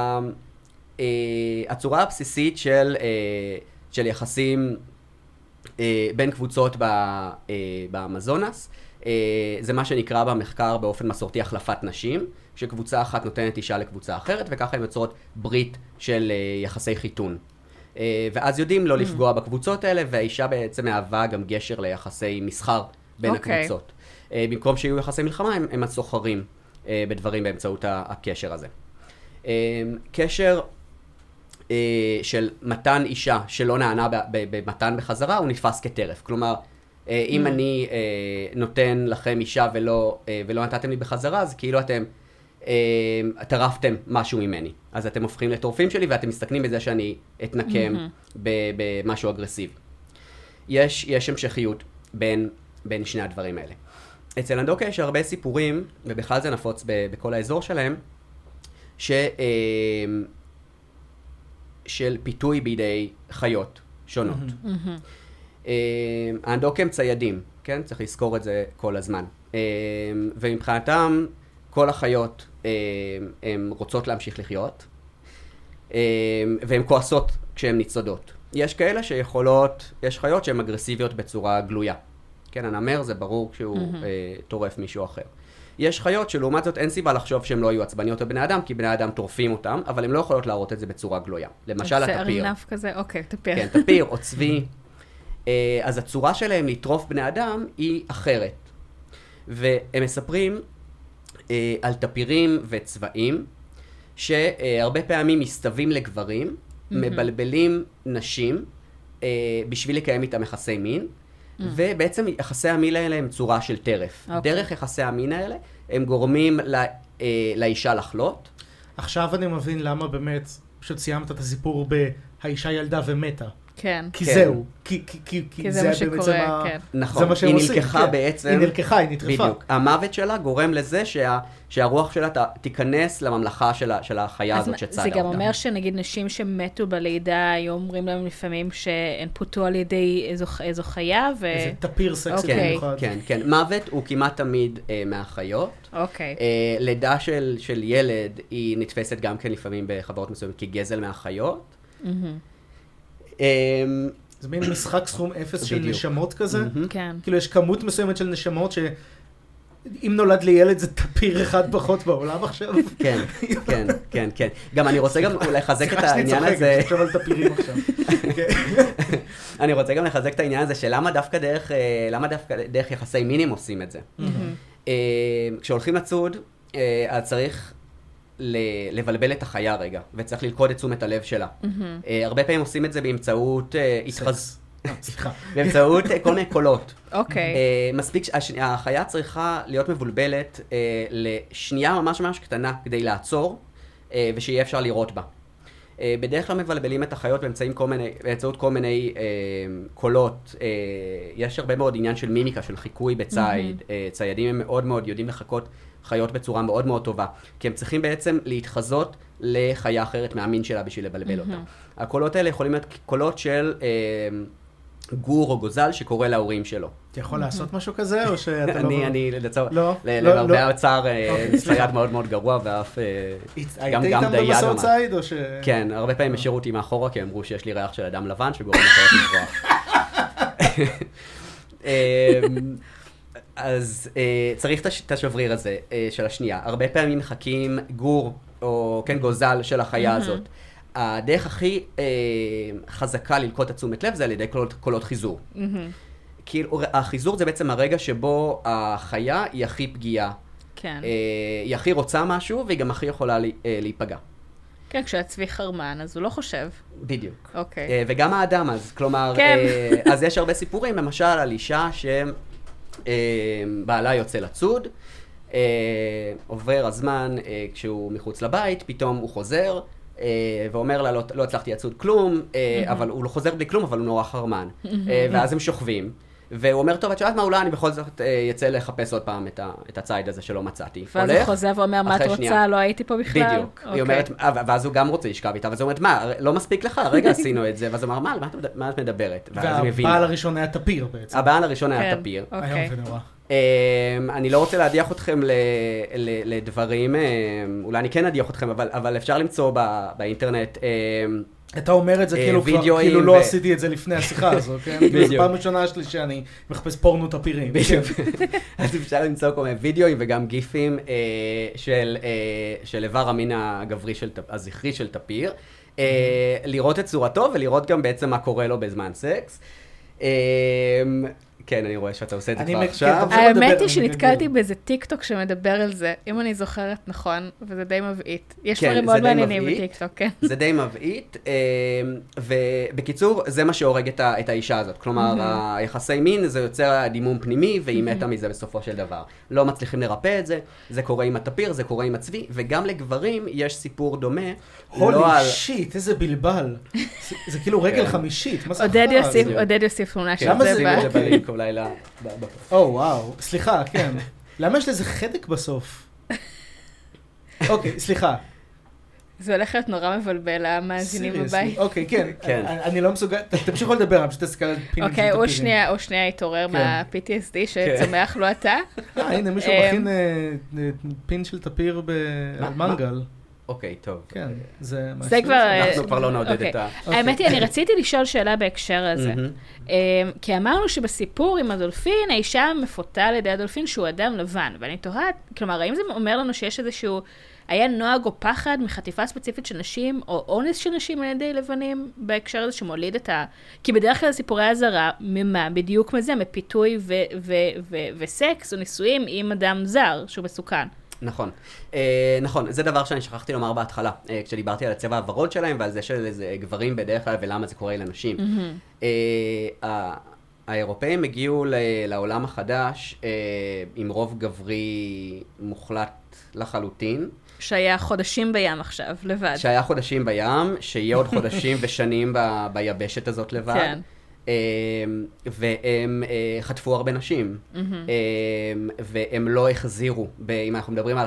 הצורה הבסיסית של יחסים בין קבוצות באמזונס, זה מה שנקרא במחקר באופן מסורתי החלפת נשים, שקבוצה אחת נותנת אישה לקבוצה אחרת, וככה הן יוצרות ברית של יחסי חיתון. ואז יודעים לא לפגוע בקבוצות האלה, והאישה בעצם מהווה גם גשר ליחסי מסחר בין הקבוצות. במקום שיהיו יחסי מלחמה, הם הסוחרים בדברים באמצעות הקשר הזה. קשר של מתן אישה שלא נענה במתן בחזרה, הוא נתפס כטרף. כלומר, אם אני נותן לכם אישה ולא נתתם לי בחזרה, אז כאילו אתם טרפתם משהו ממני. אז אתם הופכים לטורפים שלי, ואתם מסתכנים בזה שאני אתנקם במשהו אגרסיבי. יש המשכיות בין שני הדברים האלה. אצל אנדוקה יש הרבה סיפורים, ובכלל זה נפוץ בכל האזור שלהם, של פיתוי בידי חיות שונות. האנדוקה הם ציידים, כן? צריך לזכור את זה כל הזמן. ומבחינתם, כל החיות הן רוצות להמשיך לחיות, והן כועסות כשהן ניצודות. יש כאלה יש חיות שהן אגרסיביות בצורה גלויה. כן, הנמר זה ברור כשהוא טורף מישהו אחר. יש חיות שלעומת זאת אין סיבה לחשוב שהן לא יהיו עצבניות בבני אדם, כי בני אדם טורפים אותם, אבל הן לא יכולות להראות את זה בצורה גלויה. למשל זה הטפיר. ארנף כזה? אוקיי, טפיר. כן, טפיר או צבי. אז הצורה שלהם לטרוף בני אדם היא אחרת. והם מספרים על טפירים וצבעים, שהרבה פעמים מסתווים לגברים, מבלבלים נשים בשביל לקיים איתם יחסי מין, ובעצם יחסי המין האלה הם צורה של טרף. דרך יחסי המין האלה הם גורמים לאישה לחלות. עכשיו אני מבין למה באמת, פשוט סיימת את הסיפור בהאישה ילדה ומתה. כן. כי כן. זהו. כי זה מה שקורה, כן. נכון, זה מה שהם היא עושים, נלקחה כן. בעצם. היא נלקחה, היא נטרפה. בדיוק. המוות שלה גורם לזה שהרוח שלה תיכנס לממלכה של החיה הזאת שצדה זה אותה. גם אומר שנגיד נשים שמתו בלידה, היו אומרים להם לפעמים שהן פוטו על ידי איזו חיה, איזה טפיר סקסי אוקיי. במיוחד. כן, כן. מוות הוא כמעט תמיד מהחיות. אוקיי. לידה של ילד היא נתפסת גם כן לפעמים בחברות מסוימות כגזל מהחיות. זה מין משחק סכום אפס של בדיוק. נשמות כזה. כן. כאילו יש כמות מסוימת של נשמות שאם נולד לי ילד זה טפיר אחד פחות בעולם עכשיו. כן, כן, כן, כן. גם אני רוצה גם לחזק את העניין הזה. סליחה שאני צוחק, אני חושב על טפירים עכשיו. אני רוצה גם לחזק את העניין הזה שלמה דווקא דרך יחסי מינים עושים את זה. כשהולכים לצוד, אז צריך לבלבל את החיה רגע, וצריך ללכוד את תשומת הלב שלה. הרבה פעמים עושים את זה באמצעות סליחה. באמצעות כל מיני קולות. אוקיי. מספיק שהחיה צריכה להיות מבולבלת לשנייה ממש ממש קטנה כדי לעצור, ושיהיה אפשר לראות בה. בדרך כלל מבלבלים את החיות באמצעות כל מיני קולות. יש הרבה מאוד עניין של מימיקה, של חיקוי בצייד. ציידים הם מאוד מאוד יודעים לחכות חיות בצורה מאוד מאוד טובה, כי הם צריכים בעצם להתחזות לחיה אחרת מהמין שלה בשביל לבלבל אותה. הקולות האלה יכולים להיות קולות של גור או גוזל שקורא להורים שלו. אתה יכול לעשות משהו כזה, או שאתה לא... אני לא. למרבה הצער צייד מאוד מאוד גרוע, ואף היית גם איתם דייג במסעות ממש. צייד, או ש... כן, הרבה פעמים השאירו אותי מאחורה, כי אמרו שיש לי ריח של אדם לבן שגורם לחיות לברוח. אז צריך את השבריר הזה של השנייה. הרבה פעמים מחכים גור או כן גוזל של החיה הזאת. הדרך הכי חזקה ללקוט את תשומת לב זה על ידי קולות חיזור. כאילו, החיזור זה בעצם הרגע שבו החיה היא הכי פגיעה. כן. היא הכי רוצה משהו, והיא גם הכי יכולה להיפגע. כן, כשהצבי חרמן, אז הוא לא חושב. בדיוק. אוקיי. וגם האדם, אז כלומר, כן. אז יש הרבה סיפורים, למשל על אישה שבעלה יוצא לצוד, עובר הזמן כשהוא מחוץ לבית, פתאום הוא חוזר, ואומר לה, לא הצלחתי לצוד כלום, אבל הוא לא חוזר בלי כלום, אבל הוא נורא חרמן. ואז הם שוכבים, והוא אומר, טוב, את יודעת מה, אולי אני בכל זאת יצא לחפש עוד פעם את הצייד הזה שלא מצאתי. ואז הוא חוזר ואומר, מה את רוצה? לא הייתי פה בכלל? בדיוק. היא אומרת, ואז הוא גם רוצה לשכב איתה, ואז הוא אומרת, מה, לא מספיק לך? רגע עשינו את זה. ואז הוא אומר, מה את מדברת? והבעל הראשון היה טפיר בעצם. הבעל הראשון היה טפיר. היום ונורא. אני לא רוצה להדיח אתכם לדברים, אולי אני כן אדיח אתכם, אבל אפשר למצוא באינטרנט. אתה אומר את זה כאילו לא עשיתי את זה לפני השיחה הזו, כן? כאילו פעם ראשונה שלי שאני מחפש פורנו טפירים. אז אפשר למצוא כל מיני וידאוים וגם גיפים של איבר המין הגברי, הזכרי של טפיר, לראות את צורתו ולראות גם בעצם מה קורה לו בזמן סקס. כן, אני רואה שאתה עושה את זה כבר עכשיו. האמת היא שנתקלתי באיזה טיקטוק שמדבר על זה, אם אני זוכרת נכון, וזה די מבעית. יש דברים מאוד מעניינים בטיקטוק, כן. זה די מבעית, ובקיצור, זה מה שהורג את האישה הזאת. כלומר, היחסי מין, זה יוצר דימום פנימי, והיא מתה מזה בסופו של דבר. לא מצליחים לרפא את זה, זה קורה עם הטפיר, זה קורה עם הצבי, וגם לגברים יש סיפור דומה. הולי שיט, איזה בלבל. זה כאילו רגל חמישית, מה זה עודד יוסיף תמונה של זה בלינק אולי וואו, סליחה, כן. למה יש לזה חדק בסוף? אוקיי, סליחה. זה הולך להיות נורא מבלבל, המאזינים בבית. אוקיי, כן. אני לא מסוגל, תמשיכו לדבר, אני פשוט אסתכל על פינים של טפירים. אוקיי, או שנייה התעורר מה-PTSD שצומח לו אתה. הנה, מישהו מכין פין של טפיר במנגל. אוקיי, טוב. כן, זה משהו. זה כבר... אנחנו כבר לא נעודד את ה... האמת היא, אני רציתי לשאול שאלה בהקשר הזה. כי אמרנו שבסיפור עם הדולפין, האישה מפותה על ידי הדולפין שהוא אדם לבן. ואני תוהה, כלומר, האם זה אומר לנו שיש איזשהו... היה נוהג או פחד מחטיפה ספציפית של נשים, או אונס של נשים על ידי לבנים, בהקשר הזה שמוליד את ה... כי בדרך כלל סיפורי הזרה, ממה? בדיוק מזה, מפיתוי וסקס או נישואים עם אדם זר, שהוא מסוכן. נכון. נכון, זה דבר שאני שכחתי לומר בהתחלה, כשדיברתי על הצבע הוורוד שלהם ועל זה של איזה גברים בדרך כלל ולמה זה קורה לנשים. האירופאים הגיעו לעולם החדש עם רוב גברי מוחלט לחלוטין. שהיה חודשים בים עכשיו, לבד. שהיה חודשים בים, שיהיה עוד חודשים ושנים ביבשת הזאת לבד. כן. והם חטפו הרבה נשים. והם לא החזירו, אם אנחנו מדברים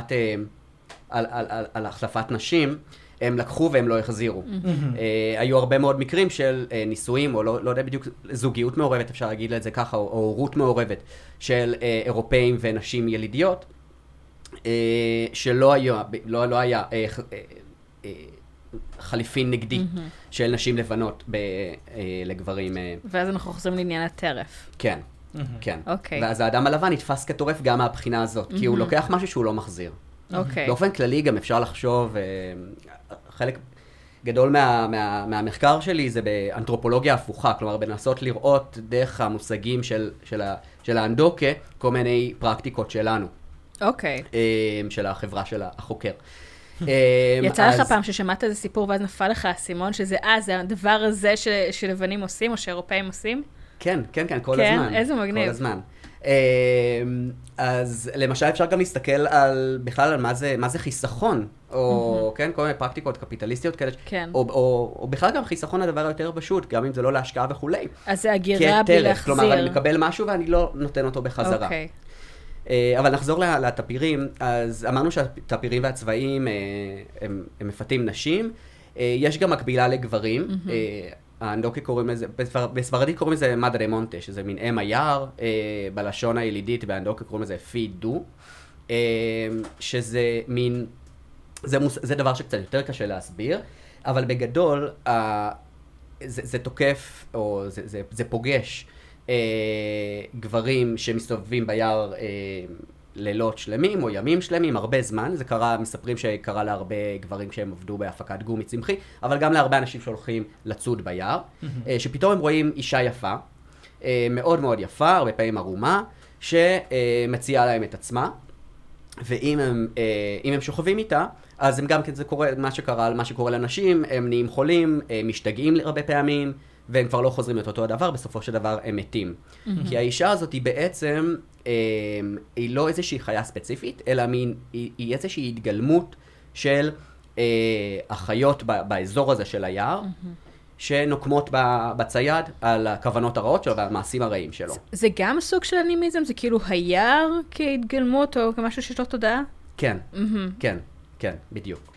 על החלפת נשים, הם לקחו והם לא החזירו. היו הרבה מאוד מקרים של נישואים, או לא יודע בדיוק, זוגיות מעורבת, אפשר להגיד את זה ככה, או הורות מעורבת, של אירופאים ונשים ילידיות, שלא היה חליפין נגדי של נשים לבנות לגברים. ואז אנחנו חוזרים לעניין הטרף. כן, כן. אוקיי. ואז האדם הלבן נתפס כטורף גם מהבחינה הזאת, כי הוא לוקח משהו שהוא לא מחזיר. אוקיי. באופן כללי גם אפשר לחשוב, חלק גדול מהמחקר שלי זה באנתרופולוגיה הפוכה, כלומר בנסות לראות דרך המושגים של האנדוקה, כל מיני פרקטיקות שלנו. אוקיי. של החברה של החוקר. יצא לך פעם ששמעת איזה סיפור ואז נפל לך האסימון שזה זה הדבר הזה שלבנים עושים או שאירופאים עושים? כן, כל הזמן. כן, איזה מגניב. כל הזמן. אז למשל אפשר גם להסתכל בכלל על מה זה חיסכון, או כן, כל מיני פרקטיקות קפיטליסטיות כאלה, או בכלל גם חיסכון הדבר היותר פשוט, גם אם זה לא להשקעה וכולי. אז זה הגירה בלי להחזיר. כלומר, אני מקבל משהו ואני לא נותן אותו בחזרה. אוקיי. אבל נחזור לטפירים, אז אמרנו שהטפירים והצבעים הם מפתים נשים, יש גם מקבילה לגברים, האנדוקה קוראים לזה, בספרדית קוראים לזה מדרה מונטה, שזה מין אם היער, בלשון הילידית באנדוקה קוראים לזה פידו, שזה מין, זה דבר שקצת יותר קשה להסביר, אבל בגדול זה תוקף, או זה פוגש גברים שמסתובבים ביער לילות שלמים או ימים שלמים, הרבה זמן. זה קרה, מספרים שקרה להרבה גברים כשהם עבדו בהפקת גומי צמחי, אבל גם להרבה אנשים שהולכים לצוד ביער, שפתאום הם רואים אישה יפה, מאוד מאוד יפה, הרבה פעמים ערומה, שמציעה להם את עצמה, ואם הם שוכבים איתה, אז הם גם כן, זה קורה, מה שקורה לאנשים, הם נהיים חולים, משתגעים הרבה פעמים, והם כבר לא חוזרים את אותו הדבר, בסופו של דבר הם מתים. כי האישה הזאת היא בעצם, היא לא איזושהי חיה ספציפית, אלא היא איזושהי התגלמות של החיות באזור הזה של היער, שנוקמות בצייד על הכוונות הרעות שלו והמעשים הרעים שלו. זה גם סוג של אנימיזם? זה כאילו היער כהתגלמות או כמשהו שיש לו תודעה? כן, כן, בדיוק.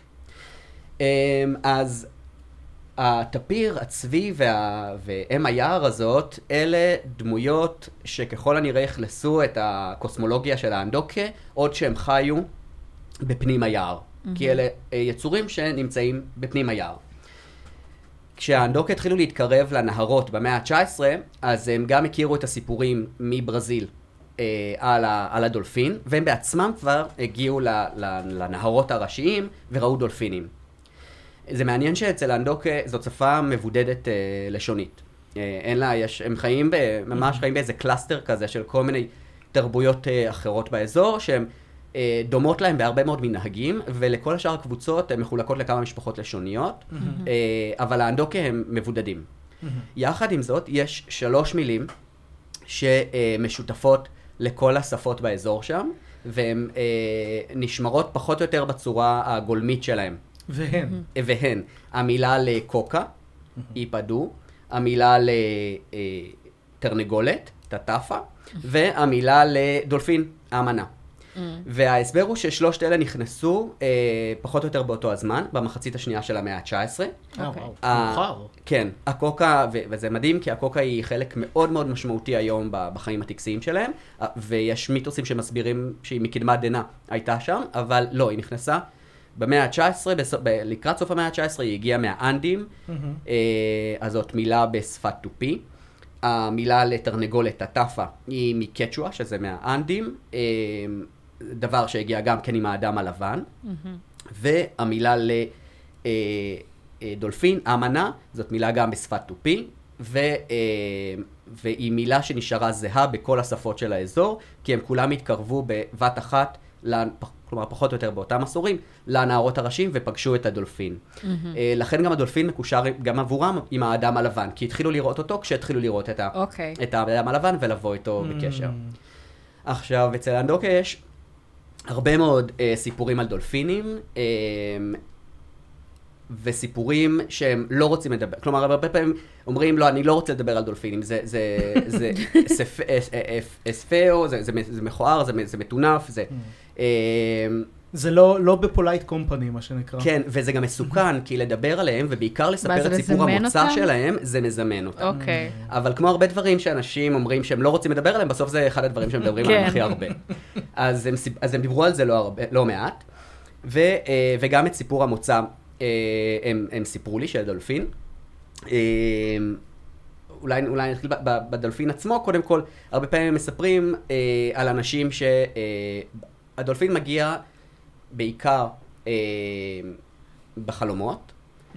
אז הטפיר, הצבי ואם היער הזאת, אלה דמויות שככל הנראה הכנסו את הקוסמולוגיה של האנדוקה, עוד שהם חיו בפנים היער. כי אלה יצורים שנמצאים בפנים היער. כשהאנדוקה התחילו להתקרב לנהרות במאה ה-19, אז הם גם הכירו את הסיפורים מברזיל על הדולפין, והם בעצמם כבר הגיעו לנהרות הראשיים וראו דולפינים. זה מעניין שאצל האנדוקה זאת שפה מבודדת לשונית. הם ממש חיים באיזה קלאסטר כזה של כל מיני תרבויות אחרות באזור, שהן דומות להם בהרבה מאוד מנהגים, ולכל השאר הקבוצות הן מחולקות לכמה משפחות לשוניות, אבל האנדוקה הם מבודדים. יחד עם זאת, יש 3 מילים שמשותפות לכל השפות באזור שם, והן נשמרות פחות או יותר בצורה הגולמית שלהם. והן. המילה לקוקה, איפדו, המילה לתרנגולת, טטפה, והמילה לדולפין, אמנה. וההסבר הוא ששלושת אלה נכנסו פחות או יותר באותו הזמן, במחצית השנייה של המאה ה-19. מאוחר. כן, הקוקה, וזה מדהים כי הקוקה היא חלק מאוד מאוד משמעותי היום בחיים הטקסיים שלהם, ויש מיתוסים שמסבירים שהיא מקדמת דנא הייתה שם, אבל לא, היא נכנסה במאה ה-19, לקראת סוף המאה ה-19 היא הגיעה מהאנדים, אז זאת מילה בשפת טופי. המילה לתרנגולת, טטפה, היא מקצ'ואה, שזה מהאנדים, דבר שהגיע גם כן עם האדם הלבן, והמילה לדולפין, אמנה, זאת מילה גם בשפת טופי, והיא מילה שנשארה זהה בכל השפות של האזור, כי הם כולם התקרבו בבת אחת כלומר פחות או יותר באותם עשורים, לנערות הראשים ופגשו את הדולפין. לכן גם הדולפין מקושר גם עבורם עם האדם הלבן, כי התחילו לראות אותו כשהתחילו לראות את האדם הלבן ולבוא איתו בקשר. עכשיו, אצל האנדוקה יש הרבה מאוד סיפורים על דולפינים, וסיפורים שהם לא רוצים לדבר. כלומר, הרבה פעמים אומרים, לא, אני לא רוצה לדבר על דולפינים, זה אספאו, זה מכוער, זה מטונף, זה לא בפולייט קומפני, מה שנקרא. כן, וזה גם מסוכן, כי לדבר עליהם, ובעיקר לספר את סיפור המוצא שלהם, זה מזמן אותם. אוקיי. אבל כמו הרבה דברים שאנשים אומרים שהם לא רוצים לדבר עליהם, בסוף זה אחד הדברים שהם מדברים עליהם הכי הרבה. אז הם דיברו על זה לא מעט, וגם את סיפור המוצא, הם סיפרו לי של דולפין. אולי נתחיל בדולפין עצמו, קודם כל, הרבה פעמים הם מספרים על אנשים שהדולפין מגיע בעיקר בחלומות,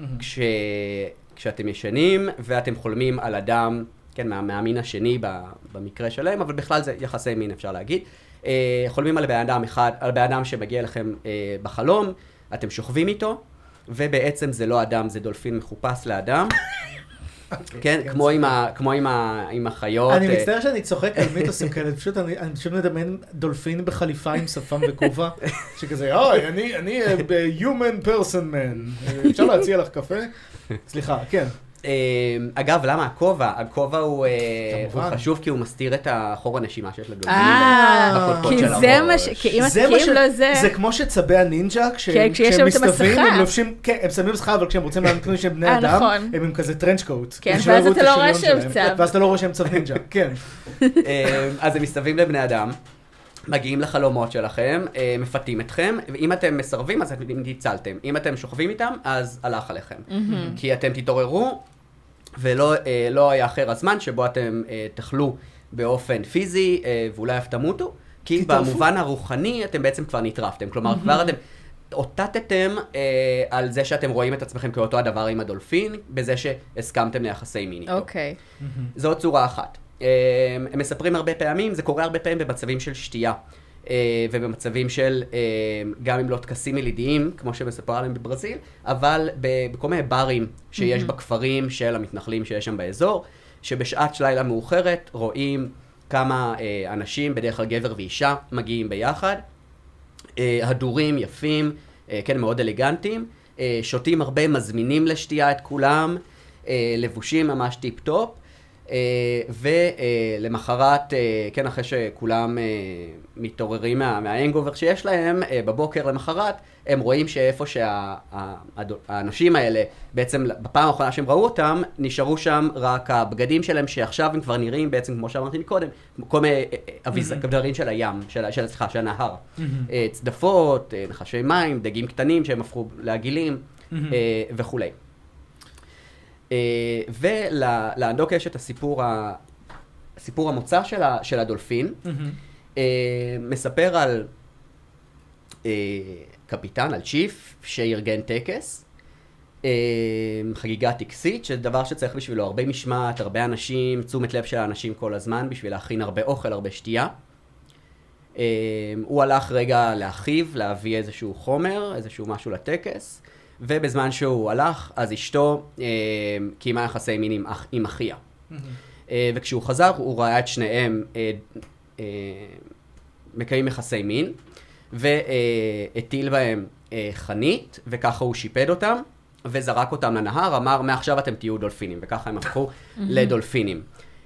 כשאתם ישנים ואתם חולמים על אדם, כן, מהמין השני במקרה שלהם, אבל בכלל זה יחסי מין אפשר להגיד. חולמים על בן אדם שמגיע לכם בחלום, אתם שוכבים איתו, ובעצם זה לא אדם, זה דולפין מחופש לאדם. כן, כמו עם החיות. אני מצטער שאני צוחק על מיתוסים כאלה, אני פשוט מדמיין דולפין בחליפה עם שפם וכובע, שכזה, אוי, אני human person man, אפשר להציע לך קפה? סליחה, כן. אגב, למה הכובע? הכובע הוא חשוב כי הוא מסתיר את החור הנשימה שיש לדולפין. כי זה מה כי אם מסתירים לו זה... זה כמו שצבי הנינג'ה, כשהם מסתווים, הם לובשים, כן, הם שמים מסכה, אבל כשהם רוצים להנקנו שהם בני אדם, הם עם כזה טרנץ' קוט. כן, ואז אתה לא רואה שהם צב. ואז אתה לא רואה שהם צב נינג'ה, כן. אז הם מסתווים לבני אדם. מגיעים לחלומות שלכם, מפתים אתכם, ואם אתם מסרבים, אז אתם ניצלתם. אם אתם שוכבים איתם, אז הלך עליכם. כי אתם תתעוררו, ולא היה אחר הזמן שבו אתם תאכלו באופן פיזי, ואולי אף תמותו, כי במובן הרוחני אתם בעצם כבר נטרפתם. כלומר, כבר אתם אותתתם על זה שאתם רואים את עצמכם כאותו הדבר עם הדולפין, בזה שהסכמתם ליחסי מין איתו. אוקיי. זו צורה אחת. הם מספרים הרבה פעמים, זה קורה הרבה פעמים במצבים של שתייה, ובמצבים של, גם אם לא טקסים ילידיים, כמו שמספר עליהם בברזיל, אבל בכל מיני ברים שיש בכפרים של המתנחלים שיש שם באזור, שבשעת לילה מאוחרת רואים כמה אנשים, בדרך כלל גבר ואישה, מגיעים ביחד, הדורים יפים, כן, מאוד אלגנטיים, שותים הרבה, מזמינים לשתייה את כולם, לבושים ממש טיפ-טופ, ולמחרת, כן, אחרי שכולם מתעוררים מהאנגובר שיש להם, בבוקר למחרת, הם רואים שאיפה שהאנשים האלה, בעצם בפעם האחרונה שהם ראו אותם, נשארו שם רק הבגדים שלהם, שעכשיו הם כבר נראים בעצם, כמו שאמרתי מקודם, כל מיני אביזרים של הים, של הנהר. צדפות, נחשי מים, דגים קטנים שהם הפכו לעגילים וכולי. ולאנדוקה יש את הסיפור המוצא של הדולפין, מספר על קפיטן, על צ'יף, שארגן טקס, חגיגה טקסית, שזה דבר שצריך בשבילו הרבה משמעת, הרבה אנשים, תשומת לב של האנשים כל הזמן, בשביל להכין הרבה אוכל, הרבה שתייה. הוא הלך רגע להביא איזשהו חומר, איזשהו משהו לטקס, ובזמן שהוא הלך, אז אשתו קיימה יחסי מין עם אחיה. וכשהוא חזר, הוא ראה את שניהם מקיימים יחסי מין, והטיל בהם חנית, וככה הוא שיפד אותם, וזרק אותם לנהר, אמר, מעכשיו אתם תהיו דולפינים, וככה הם הפכו לדולפינים.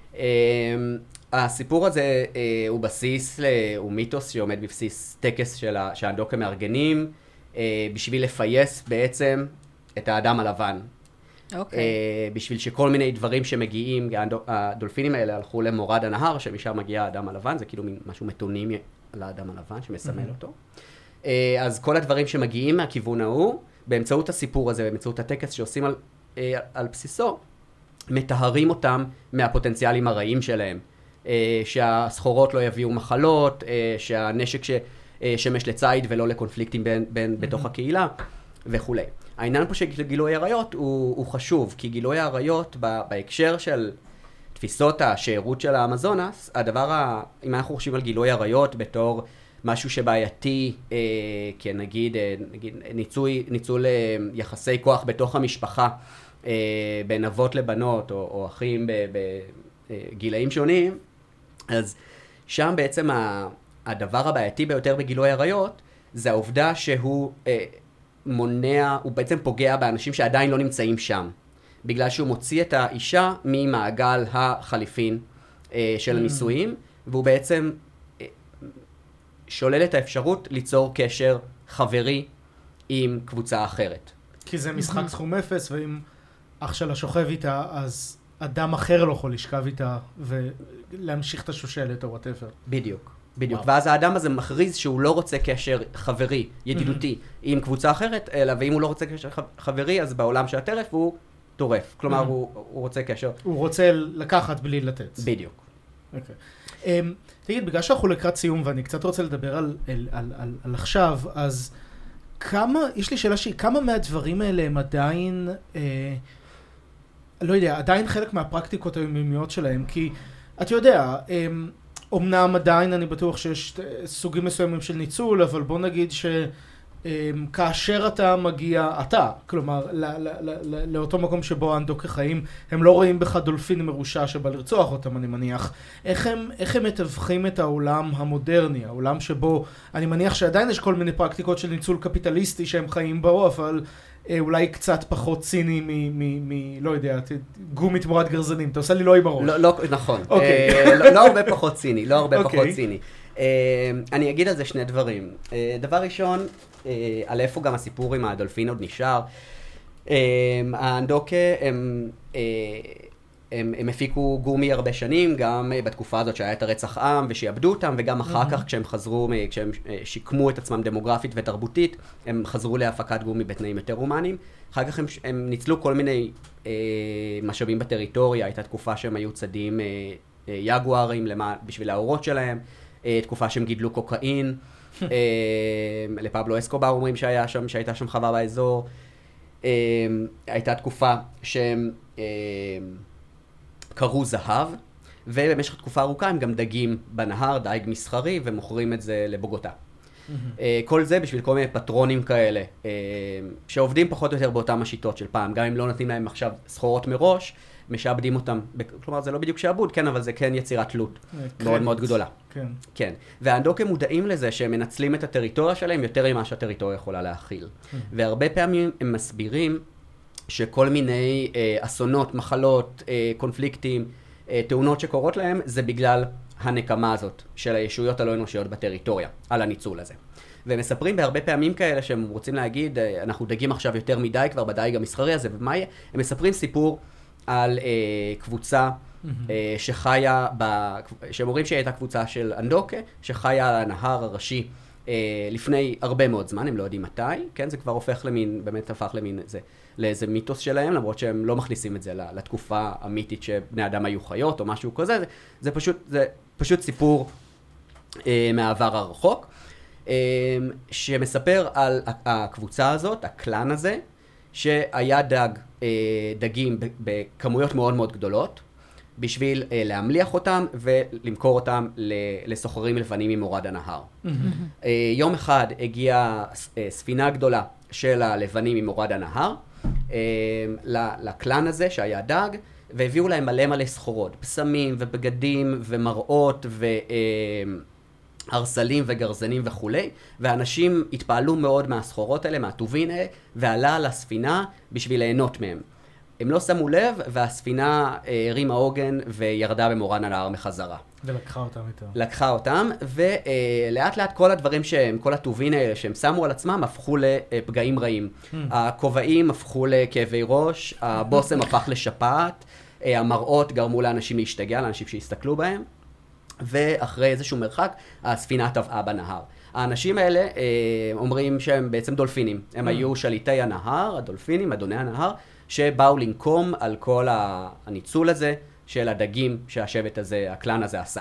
הסיפור הזה הוא מיתוס שעומד בבסיס טקס שהאנדוקה מארגנים, בשביל לפייס בעצם את האדם הלבן. בשביל שכל מיני דברים שמגיעים, הדולפינים האלה הלכו למורד הנהר, שמשם מגיע האדם הלבן, זה כאילו משהו מתונים על האדם הלבן שמסמל אותו. אז כל הדברים שמגיעים מהכיוון ההוא, באמצעות הסיפור הזה, באמצעות הטקס שעושים על בסיסו, מטהרים אותם מהפוטנציאלים הרעים שלהם. שהסחורות לא יביאו מחלות, שהנשק ששמש לצייד ולא לקונפליקטים בתוך הקהילה וכו'. העניין פה של גילוי עריות הוא חשוב, כי גילוי העריות בהקשר של תפיסות השארות של האמזונס, אם אנחנו חושבים על גילוי עריות בתור משהו שבעייתי, כנגיד ניצול יחסי כוח בתוך המשפחה, בין אבות לבנות או אחים בגילאים שונים, אז שם בעצם הדבר הבעייתי ביותר בגילוי עריות, זה העובדה שהוא מונע, הוא בעצם פוגע באנשים שעדיין לא נמצאים שם, בגלל שהוא מוציא את האישה ממעגל החליפין של הנישואים, והוא בעצם שולל את האפשרות ליצור קשר חברי עם קבוצה אחרת. כי זה משחק סכום אפס, ואם אח שלה שוכב איתה, אז אדם אחר לא יכול לשכב איתה ולהמשיך את השושלת או whatever. בדיוק. בדיוק, ואז האדם הזה מכריז שהוא לא רוצה קשר חברי, ידידותי, עם קבוצה אחרת, אלא ואם הוא לא רוצה קשר חברי, אז בעולם של הטרף הוא טורף. כלומר, הוא רוצה קשר. הוא רוצה לקחת בלי לתת. בדיוק. אוקיי. תגיד, בגלל שאנחנו לקראת סיום, ואני קצת רוצה לדבר על עכשיו, אז יש לי שאלה כמה מהדברים האלה הם עדיין, לא יודע, עדיין חלק מהפרקטיקות היומיומיות שלהם, כי אתה יודע, אמנם עדיין אני בטוח שיש סוגים מסוימים של ניצול, אבל בוא נגיד שכאשר אתה מגיע, כלומר, לאותו מקום שבו האנדוקי חיים, הם לא רואים בך דולפין מרושע שבא לרצוח אותם, אני מניח. איך הם מתווכים את העולם המודרני, העולם שבו, אני מניח שעדיין יש כל מיני פרקטיקות של ניצול קפיטליסטי שהם חיים בו, אבל אולי קצת פחות ציני לא יודע, גומי תמורת גרזנים. אתה עושה לי לא עם הראש. לא, נכון. לא הרבה פחות ציני, לא הרבה פחות ציני. אני אגיד על זה שני דברים. דבר ראשון, על איפה גם הסיפור עם הדולפין עוד נשאר. האנדוקה הם הפיקו גומי הרבה שנים, גם בתקופה הזאת שהיה את הרצח עם ושיעבדו אותם, וגם אחר כך כשהם שיקמו את עצמם דמוגרפית ותרבותית, הם חזרו להפקת גומי בתנאים יותר הומניים. אחר כך הם ניצלו כל מיני משאבים בטריטוריה, הייתה תקופה שהם היו צדים יגוארים בשביל האורות שלהם, תקופה שהם גידלו קוקאין, לפבלו אסקובר אומרים שהייתה שם חווה באזור, הייתה תקופה שהם קראו זהב, ובמשך תקופה ארוכה הם גם דגים בנהר, דייג מסחרי, ומוכרים את זה לבוגוטה. כל זה בשביל כל מיני פטרונים כאלה, שעובדים פחות או יותר באותם השיטות של פעם, גם אם לא נותנים להם עכשיו סחורות מראש, משעבדים אותם, כלומר זה לא בדיוק שעבוד, כן, אבל זה כן יצירת תלות מאוד מאוד גדולה. כן. כן. והאנדוקים מודעים לזה שהם מנצלים את הטריטוריה שלהם יותר ממה שהטריטוריה יכולה להכיל. והרבה פעמים הם מסבירים שכל מיני אסונות, מחלות, קונפליקטים, תאונות שקורות להם, זה בגלל הנקמה הזאת של הישויות הלא אנושיות בטריטוריה, על הניצול הזה. והם מספרים בהרבה פעמים כאלה שהם רוצים להגיד, אנחנו דגים עכשיו יותר מדי כבר בדייג המסחרי הזה, ומה יהיה? הם מספרים סיפור על קבוצה שחיה, שהם אומרים שהיא הייתה קבוצה של אנדוקה, שחיה על הנהר הראשי לפני הרבה מאוד זמן, הם לא יודעים מתי, כן? זה כבר הופך למין, באמת הפך למין לאיזה מיתוס שלהם, למרות שהם לא מכניסים את זה לתקופה המיתית שבני אדם היו חיות או משהו כזה, זה פשוט סיפור מהעבר הרחוק, שמספר על הקבוצה הזאת, הקלן הזה, שהיה דגים בכמויות מאוד מאוד גדולות, בשביל להמליח אותם ולמכור אותם לסוחרים לבנים ממורד הנהר. יום אחד הגיעה ספינה גדולה של הלבנים ממורד הנהר, לקלן הזה שהיה דג, והביאו להם מלא סחורות, פסמים ובגדים ומראות הרסלים וגרזנים וכו', ואנשים התפעלו מאוד מהסחורות האלה, מהטובין האלה, ועלה על הספינה בשביל ליהנות מהם. הם לא שמו לב, והספינה הרימה עוגן וירדה במורד הנהר מחזרה. ולקחה אותם איתה. לקחה אותם, ולאט לאט כל הדברים שהם, כל הטובין האלה שהם שמו על עצמם, הפכו לפגעים רעים. הכובעים הפכו לכאבי ראש, הבושם הפך לשפעת, המראות גרמו לאנשים להשתגע, לאנשים שהסתכלו בהם, ואחרי איזשהו מרחק, הספינה טבעה בנהר. האנשים האלה אומרים שהם בעצם דולפינים. הם היו שליטי הנהר, הדולפינים, אדוני הנהר, שבאו לנקום על כל הניצול הזה של הדגים שהשבט הזה, הקלן הזה עשה.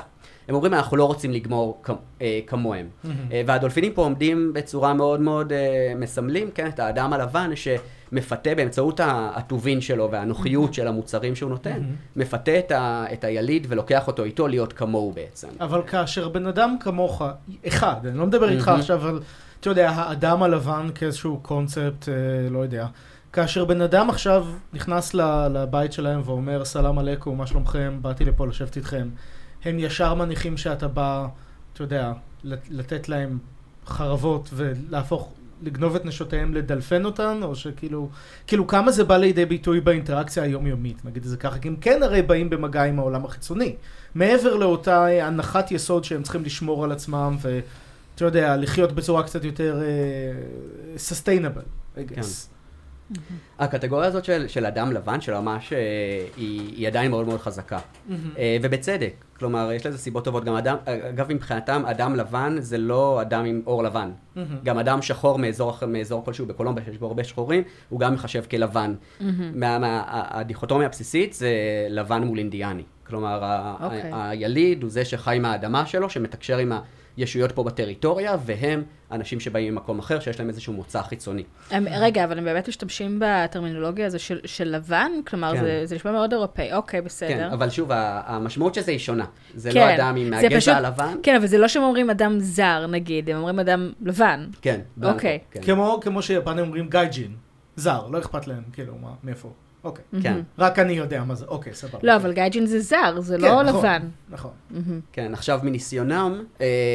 הם אומרים, אנחנו לא רוצים לגמור כמוהם. והדולפינים פה עומדים בצורה מאוד מאוד מסמלים, כן, את האדם הלבן שמפתה באמצעות הטובין שלו והנוחיות של המוצרים שהוא נותן, מפתה את היליד ולוקח אותו איתו להיות כמוהו בעצם. אבל כאשר בן אדם כמוך, אחד, אני לא מדבר איתך עכשיו על, אתה יודע, האדם הלבן כאיזשהו קונספט, לא יודע, כאשר בן אדם עכשיו נכנס לבית שלהם ואומר, סלאם עליכום, מה שלומכם, באתי לפה לשבת איתכם, הם ישר מניחים שאתה בא, אתה יודע, לתת להם חרבות לגנוב את נשותיהם, לדלפן אותן, או שכאילו, כמה זה בא לידי ביטוי באינטראקציה היומיומית, נגיד את זה ככה, כי הם כן הרי באים במגע עם העולם החיצוני, מעבר לאותה הנחת יסוד שהם צריכים לשמור על עצמם, ואתה יודע, לחיות בצורה קצת יותר sustainable, I guess. הקטגוריה הזאת של אדם לבן, של ממש, היא עדיין מאוד מאוד חזקה. ובצדק. כלומר, יש לזה סיבות טובות. גם אגב, מבחינתם, אדם לבן זה לא אדם עם אור לבן. גם אדם שחור מאזור כלשהו בקולומביה, שיש בו הרבה שחורים, הוא גם מחשב כלבן. הדיכוטומיה הבסיסית זה לבן מול אינדיאני. כלומר, היליד הוא זה שחי מהאדמה שלו, שמתקשר עם ישויות פה בטריטוריה, והם אנשים שבאים ממקום אחר, שיש להם איזשהו מוצא חיצוני. רגע, אבל הם באמת משתמשים בטרמינולוגיה הזו של לבן? כלומר, זה נשמע מאוד אירופאי. אוקיי, בסדר. כן, אבל שוב, המשמעות שזה היא שונה. זה לא אדם עם הגזע הלבן. כן, אבל זה לא שהם אומרים אדם זר, נגיד, הם אומרים אדם לבן. כן. אוקיי. כמו שיפנים אומרים גייג'ין, זר, לא אכפת להם, כאילו, מאיפה? אוקיי. כן. רק אני יודע מה זה, אוקיי, סבבה. לא, אבל גייג'ין זה זר, זה לא לבן. נכון. כן, עכשיו מניסיונם,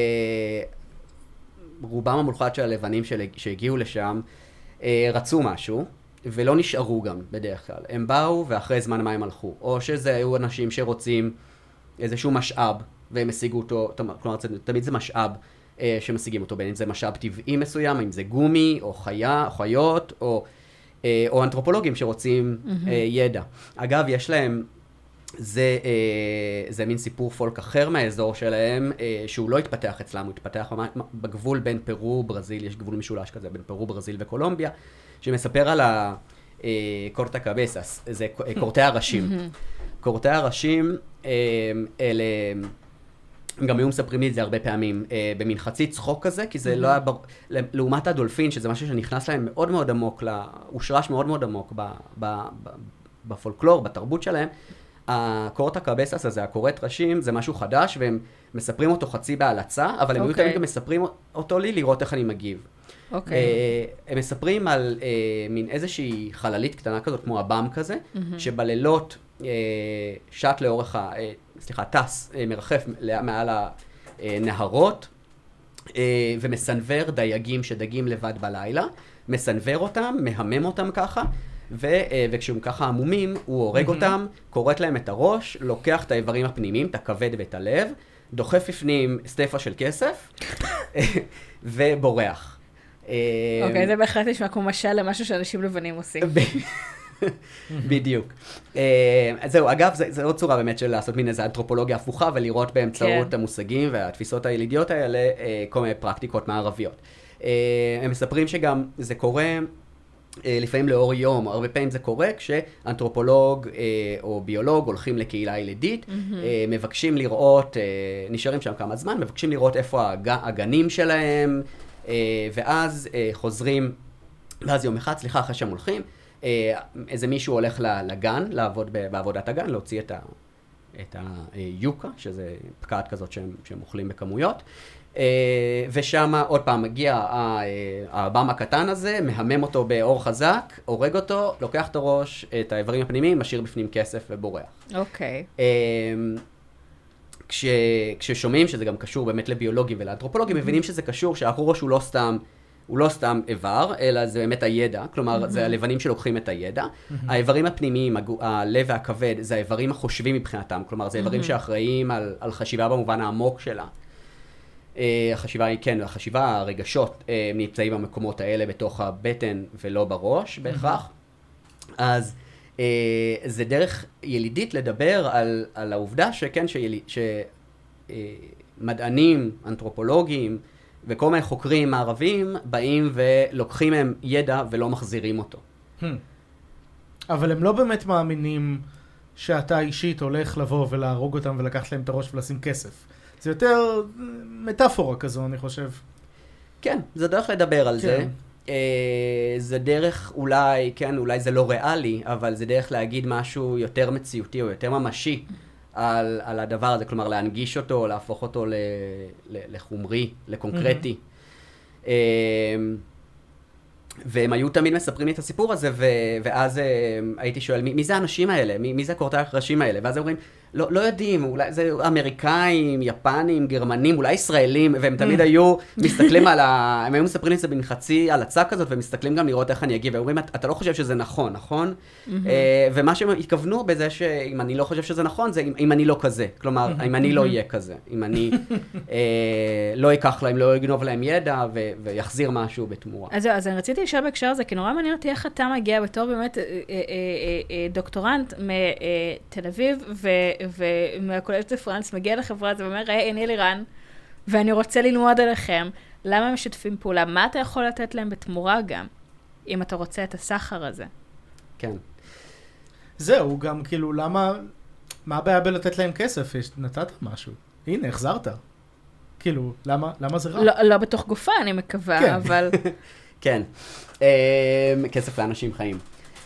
רובם המולחת של הלבנים שהגיעו לשם, רצו משהו, ולא נשארו גם בדרך כלל. הם באו ואחרי זמן מה הם הלכו. או שזה היו אנשים שרוצים איזשהו משאב, והם השיגו אותו, כלומר, תמיד זה משאב שמשיגים אותו, בין אם זה משאב טבעי מסוים, אם זה גומי, או חיות, או אנתרופולוגים שרוצים ידע. אגב, יש להם, זה מין סיפור פולק אחר מהאזור שלהם, שהוא לא התפתח אצלם, הוא התפתח בגבול בין פרו, ברזיל, יש גבול משולש כזה, בין פרו, ברזיל וקולומביה, שמספר על קורטה קבסס, זה קורטי הראשים. קורטי הראשים, אלה, הם גם היו מספרים לי את זה הרבה פעמים, במין חצי צחוק כזה, כי זה לא היה, לעומת הדולפין, שזה משהו שנכנס להם מאוד מאוד עמוק, הושרש מאוד מאוד עמוק בפולקלור, בתרבות שלהם, הקורטה קבסס הזה, הקורט ראשים, זה משהו חדש, והם מספרים אותו חצי בהלצה, אבל הם היו תמיד גם מספרים אותו לי לראות איך אני מגיב. הם מספרים על מין איזושהי חללית קטנה כזאת, כמו הבם כזה, שבלילות שט לאורך, טס, מרחף מעל הנהרות, ומסנבר דייגים שדגים לבד בלילה, מסנבר אותם, מהמם אותם ככה, וכשהם ככה עמומים, הוא הורג אותם, קורט להם את הראש, לוקח את האיברים הפנימיים, את הכבד ואת הלב, דוחף בפנים סטפה של כסף, ובורח. אוקיי, זה בהחלט נשמע כמו משל למשהו שאנשים לבנים עושים. בדיוק. זהו, אגב, זו עוד צורה באמת של לעשות מין איזו אנתרופולוגיה הפוכה, ולראות באמצעות המושגים והתפיסות הילידיות האלה, כל מיני פרקטיקות מערביות. הם מספרים שגם זה קורה, לפעמים לאור יום, הרבה פעמים זה קורה כשאנתרופולוג או ביולוג הולכים לקהילה ילידית, מבקשים לראות, נשארים שם כמה זמן, מבקשים לראות איפה הגנים שלהם, ואז חוזרים, ואז יום אחד, אחרי שהם הולכים, איזה מישהו הולך לגן, לעבוד בעבודת הגן, להוציא את היוקה, שזה פקעת כזאת שהם אוכלים בכמויות, ושם עוד פעם מגיע הבם הקטן הזה, מהמם אותו באור חזק, הורג אותו, לוקח את הראש, את האיברים הפנימיים, משאיר בפנים כסף ובורח. אוקיי. כששומעים שזה גם קשור באמת לביולוגים ולאנתרופולוגים, מבינים שזה קשור, שהראש הוא לא סתם איבר, אלא זה באמת הידע, כלומר, זה הלבנים שלוקחים את הידע. האיברים הפנימיים, הלב והכבד, זה האיברים החושבים מבחינתם, כלומר, זה איברים שאחראים על חשיבה במובן העמוק שלה. החשיבה היא, כן, הרגשות נמצאים במקומות האלה בתוך הבטן ולא בראש בהכרח. אז זה דרך ילידית לדבר על העובדה שכן, שמדענים, אנתרופולוגים וכל מיני חוקרים מערבים באים ולוקחים מהם ידע ולא מחזירים אותו. אבל הם לא באמת מאמינים שאתה אישית הולך לבוא ולהרוג אותם ולקחת להם את הראש ולשים כסף. זה יותר מטאפורה כזו, אני חושב. כן, זה דרך לדבר על זה. זה דרך אולי, כן, אולי זה לא ריאלי, אבל זה דרך להגיד משהו יותר מציאותי או יותר ממשי על הדבר הזה, כלומר להנגיש אותו, להפוך אותו לחומרי, לקונקרטי. והם היו תמיד מספרים לי את הסיפור הזה, ואז הייתי שואל, מי זה האנשים האלה? מי זה הקורטי הראשים האלה? ואז הם אומרים, לא יודעים, אולי זה אמריקאים, יפנים, גרמנים, אולי ישראלים, והם תמיד היו מסתכלים הם היו מספרים לי את זה בין חצי הלצה כזאת, ומסתכלים גם לראות איך אני אגיב, ואומרים, אתה לא חושב שזה נכון, נכון? ומה שהם התכוונו בזה שאם אני לא חושב שזה נכון, זה אם אני לא כזה. כלומר, אם אני לא אהיה כזה, אם אני לא אקח להם, לא אגנוב להם ידע, ויחזיר משהו בתמורה. אז אני רציתי לשאול בהקשר הזה, כי נורא מעניין אותי איך אתה מגיע בתור באמת דוקטורנט מתל אביב, ומהקולג' פרנס מגיע לחברה הזו ואומר, אני אלירן, ואני רוצה ללמוד עליכם, למה הם משתפים פעולה? מה אתה יכול לתת להם בתמורה גם, אם אתה רוצה את הסחר הזה? כן. זהו, גם כאילו, מה הבעיה בלתת להם כסף? נתת משהו. הנה, החזרת. כאילו, למה זה רע? לא בתוך גופה, אני מקווה, אבל... כן. כסף לאנשים חיים.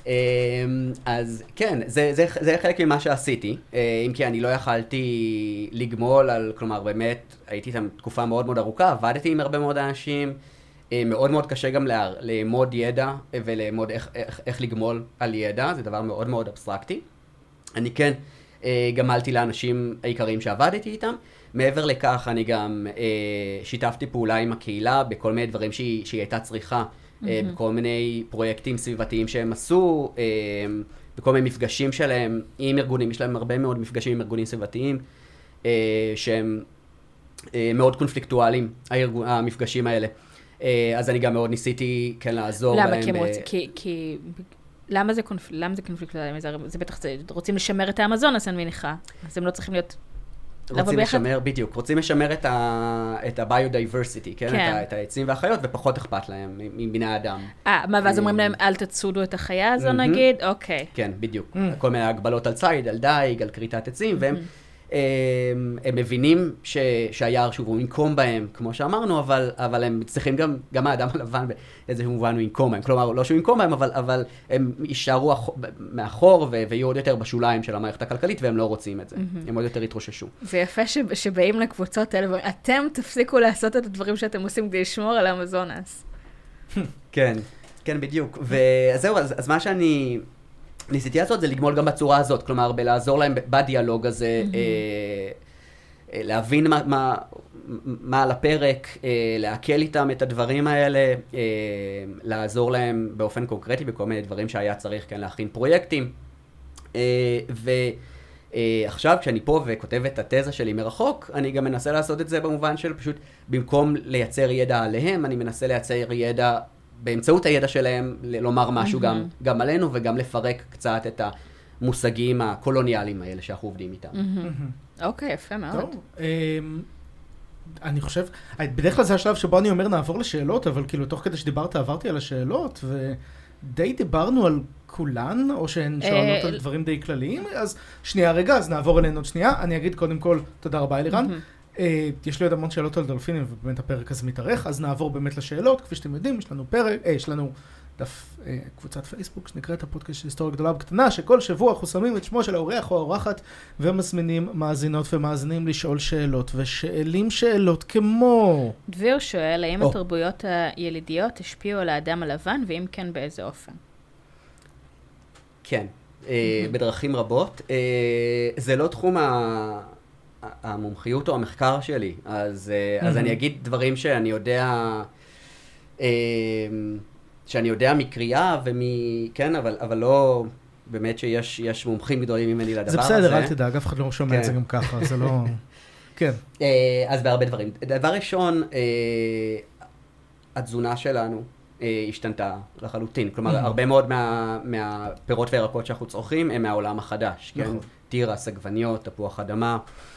אז כן, זה חלק ממה שעשיתי, אם כי אני לא יכלתי לגמול כלומר באמת הייתי איתם תקופה מאוד מאוד ארוכה, עבדתי עם הרבה מאוד אנשים, מאוד מאוד קשה גם לאמוד ידע ולאמוד איך לגמול על ידע, זה דבר מאוד מאוד אבסטרקטי. אני כן גמלתי לאנשים העיקריים שעבדתי איתם, מעבר לכך אני גם שיתפתי פעולה עם הקהילה בכל מיני דברים שהיא הייתה צריכה, בכל מיני פרויקטים סביבתיים שהם עשו, בכל מיני מפגשים שלהם עם ארגונים, יש להם הרבה מאוד מפגשים עם ארגונים סביבתיים, שהם מאוד קונפליקטואליים, המפגשים האלה. אז אני גם מאוד ניסיתי כן לעזור להם. למה? כי למה זה קונפליקטואלי? זה בטח, רוצים לשמר את האמזון, אז אני מניחה. אז הם לא צריכים להיות... רוצים לשמר, בדיוק, רוצים לשמר את ה-biodiversity, כן? את העצים והחיות, ופחות אכפת להם מבני האדם. ואז אומרים להם, אל תצודו את החיה הזו נגיד? אוקיי. כן, בדיוק. כל מיני הגבלות על ציד, על דייג, על כריתת עצים, והם מבינים שהיער שוב הוא ינקום בהם, כמו שאמרנו, אבל הם צריכים גם האדם הלבן באיזשהו מובן הוא ינקום בהם. כלומר, לא שהוא ינקום בהם, אבל הם יישארו מאחור ויהיו עוד יותר בשוליים של המערכת הכלכלית, והם לא רוצים את זה. הם עוד יותר יתרוששו. זה יפה שבאים לקבוצות האלה, אתם תפסיקו לעשות את הדברים שאתם עושים כדי לשמור על האמזונס. כן, כן, בדיוק. וזהו, אז מה שאני... ניסיתי לעשות זה לגמול גם בצורה הזאת, כלומר, בלעזור להם בדיאלוג הזה, להבין מה על הפרק, להקל איתם את הדברים האלה, לעזור להם באופן קונקרטי בכל מיני דברים שהיה צריך, כן, להכין פרויקטים. ועכשיו, כשאני פה וכותב את התזה שלי מרחוק, אני גם מנסה לעשות את זה במובן של פשוט, במקום לייצר ידע עליהם, אני מנסה לייצר ידע באמצעות הידע שלהם, לומר משהו גם עלינו, וגם לפרק קצת את המושגים הקולוניאליים האלה שאנחנו עובדים איתם. אוקיי, יפה מאוד. אני חושב, בדרך כלל זה השלב שבו אני אומר נעבור לשאלות, אבל כאילו תוך כדי שדיברת עברתי על השאלות, ודי דיברנו על כולן, או שהן שואלות על דברים די כלליים, אז שנייה רגע, אז נעבור אלינו עוד שנייה. אני אגיד קודם כל, תודה רבה אלירן. יש לי עוד המון שאלות על דולפינים, ובאמת הפרק הזה מתארך, אז נעבור באמת לשאלות. כפי שאתם יודעים, יש לנו דף קבוצת פייסבוק שנקראת הפודקאסט של היסטוריה גדולה וקטנה, שכל שבוע אנחנו שמים את שמו של האורח או האורחת, ומזמינים מאזינות ומאזינים לשאול שאלות, ושאלים שאלות כמו... דביר שואל, האם התרבויות הילידיות השפיעו על האדם הלבן, ואם כן, באיזה אופן? כן, בדרכים רבות. זה לא תחום המומחיות או המחקר שלי, אז אני אגיד דברים שאני יודע מקריאה כן, אבל לא באמת שיש מומחים גדולים ממני לדבר הזה. זה בסדר, אל תדאג, אף אחד לא שומע את זה גם ככה, זה לא... כן. אז בהרבה דברים. דבר ראשון, התזונה שלנו השתנתה לחלוטין. כלומר, הרבה מאוד מהפירות והירקות שאנחנו צורכים הם מהעולם החדש, כן? תירס, עגבניות, תפוח אדמה.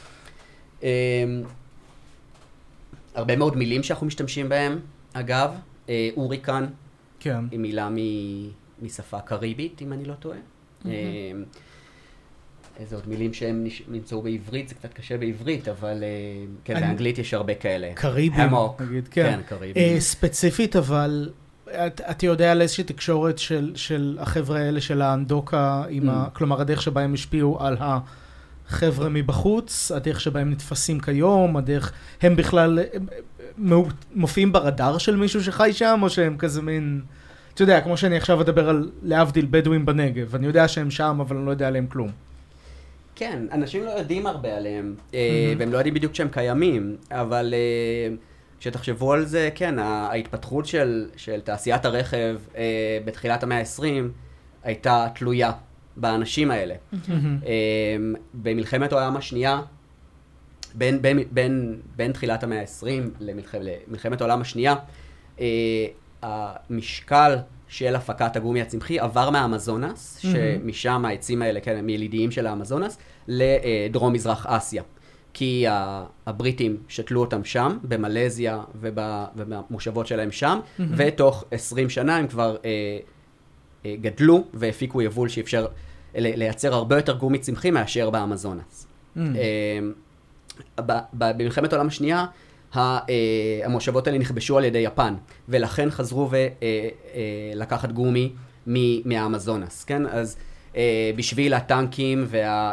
הרבה מאוד מילים שאנחנו משתמשים בהם, אגב, אוריקן, כן. היא מילה משפה קריבית, אם אני לא טועה. איזה עוד מילים שהם נמצאו בעברית, זה קצת קשה בעברית, אבל כן, באנגלית יש הרבה כאלה. קריבים, נגיד, כן. קריבים. ספציפית, אבל את יודע על איזושהי תקשורת של החבר'ה האלה של האנדוקה, כלומר, הדרך שבה הם השפיעו על החבר'ה מבחוץ, הדרך שבה הם נתפסים כיום, הדרך, הם בכלל מופיעים ברדאר של מישהו שחי שם, או שהם כזה מין, אתה יודע, כמו שאני עכשיו אדבר על להבדיל בדואים בנגב, אני יודע שהם שם, אבל אני לא יודע עליהם כלום. כן, אנשים לא יודעים הרבה עליהם, והם לא יודעים בדיוק שהם קיימים, אבל כשתחשבו על זה, כן, ההתפתחות של תעשיית הרכב בתחילת המאה ה-20 הייתה תלויה באנשים האלה. במלחמת העולם השנייה, בין תחילת המאה ה-20 למלחמת העולם השנייה, המשקל של הפקת הגומי הצמחי עבר מהאמזונס, שמשם העצים האלה, כן, הם ילידיים של האמזונס, לדרום מזרח אסיה. כי הבריטים שתלו אותם שם, במלזיה ובמושבות שלהם שם, ותוך 20 שנה הם כבר גדלו והפיקו יבול שאפשר לייצר הרבה יותר גומי צמחי מאשר באמזונס. במלחמת העולם השנייה, המושבות האלה נכבשו על ידי יפן, ולכן חזרו ולקחת גומי מהאמזונס, כן? אז בשביל הטנקים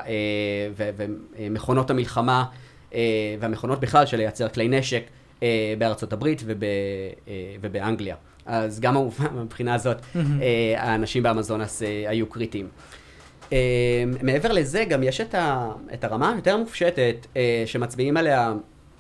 ומכונות המלחמה, והמכונות בכלל של לייצר כלי נשק בארצות הברית ובאנגליה. אז גם מבחינה הזאת, האנשים באמזונס היו קריטיים. מעבר לזה, גם יש את הרמה היותר מופשטת שמצביעים עליה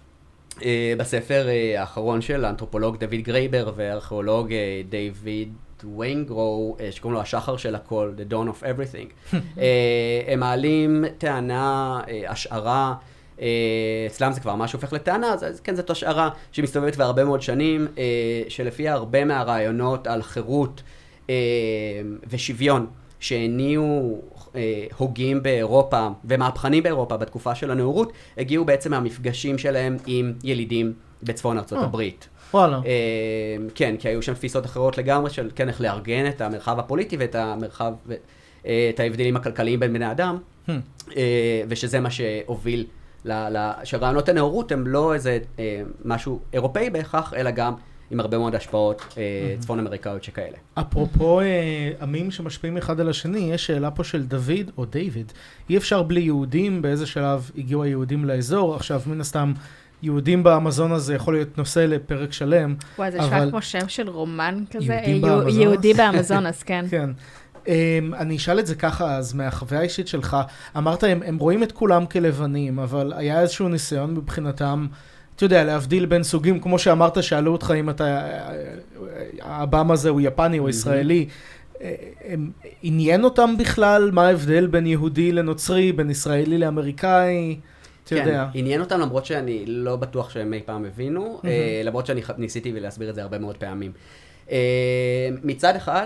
בספר האחרון של האנתרופולוג דוד גרייבר והארכיאולוג דיוויד ויינגרו, שקוראים לו השחר של הכל, The Dawn of Everything. הם מעלים טענה, השערה, אצלם זה כבר משהו הופך לטענה, אז כן, זאת השערה שמסתובבת בהרבה מאוד שנים, שלפיה הרבה מהרעיונות על חירות ושוויון שהניעו הוגים באירופה ומהפכנים באירופה בתקופה של הנאורות, הגיעו בעצם מהמפגשים שלהם עם ילידים בצפון ארצות הברית. וואלה. כן, כי היו שם תפיסות אחרות לגמרי של כן, איך לארגן את המרחב הפוליטי ואת המרחב, את ההבדלים הכלכליים בין בני אדם, ושזה מה שהוביל, שרעיונות הנאורות הם לא איזה משהו אירופאי בהכרח, אלא גם עם הרבה מאוד השפעות צפון אמריקאיות שכאלה. אפרופו עמים שמשפיעים אחד על השני, יש שאלה פה של דוד או דיוויד. אי אפשר בלי יהודים, באיזה שלב הגיעו היהודים לאזור, עכשיו מן הסתם יהודים באמזון הזה יכול להיות נושא לפרק שלם. וואי, זה נשמע כמו שם של רומן כזה, יהודים יהודי באמזונס, כן. כן. אני אשאל את זה ככה, אז מהחוויה האישית שלך, אמרת, הם רואים את כולם כלבנים, אבל היה איזשהו ניסיון מבחינתם, אתה יודע, להבדיל בין סוגים, כמו שאמרת, שאלו אותך אם האב"ם הזה הוא יפני או ישראלי, עניין אותם בכלל מה ההבדל בין יהודי לנוצרי, בין ישראלי לאמריקאי, אתה יודע. כן, עניין אותם למרות שאני לא בטוח שהם אי פעם הבינו, למרות שאני ניסיתי להסביר את זה הרבה מאוד פעמים. מצד אחד,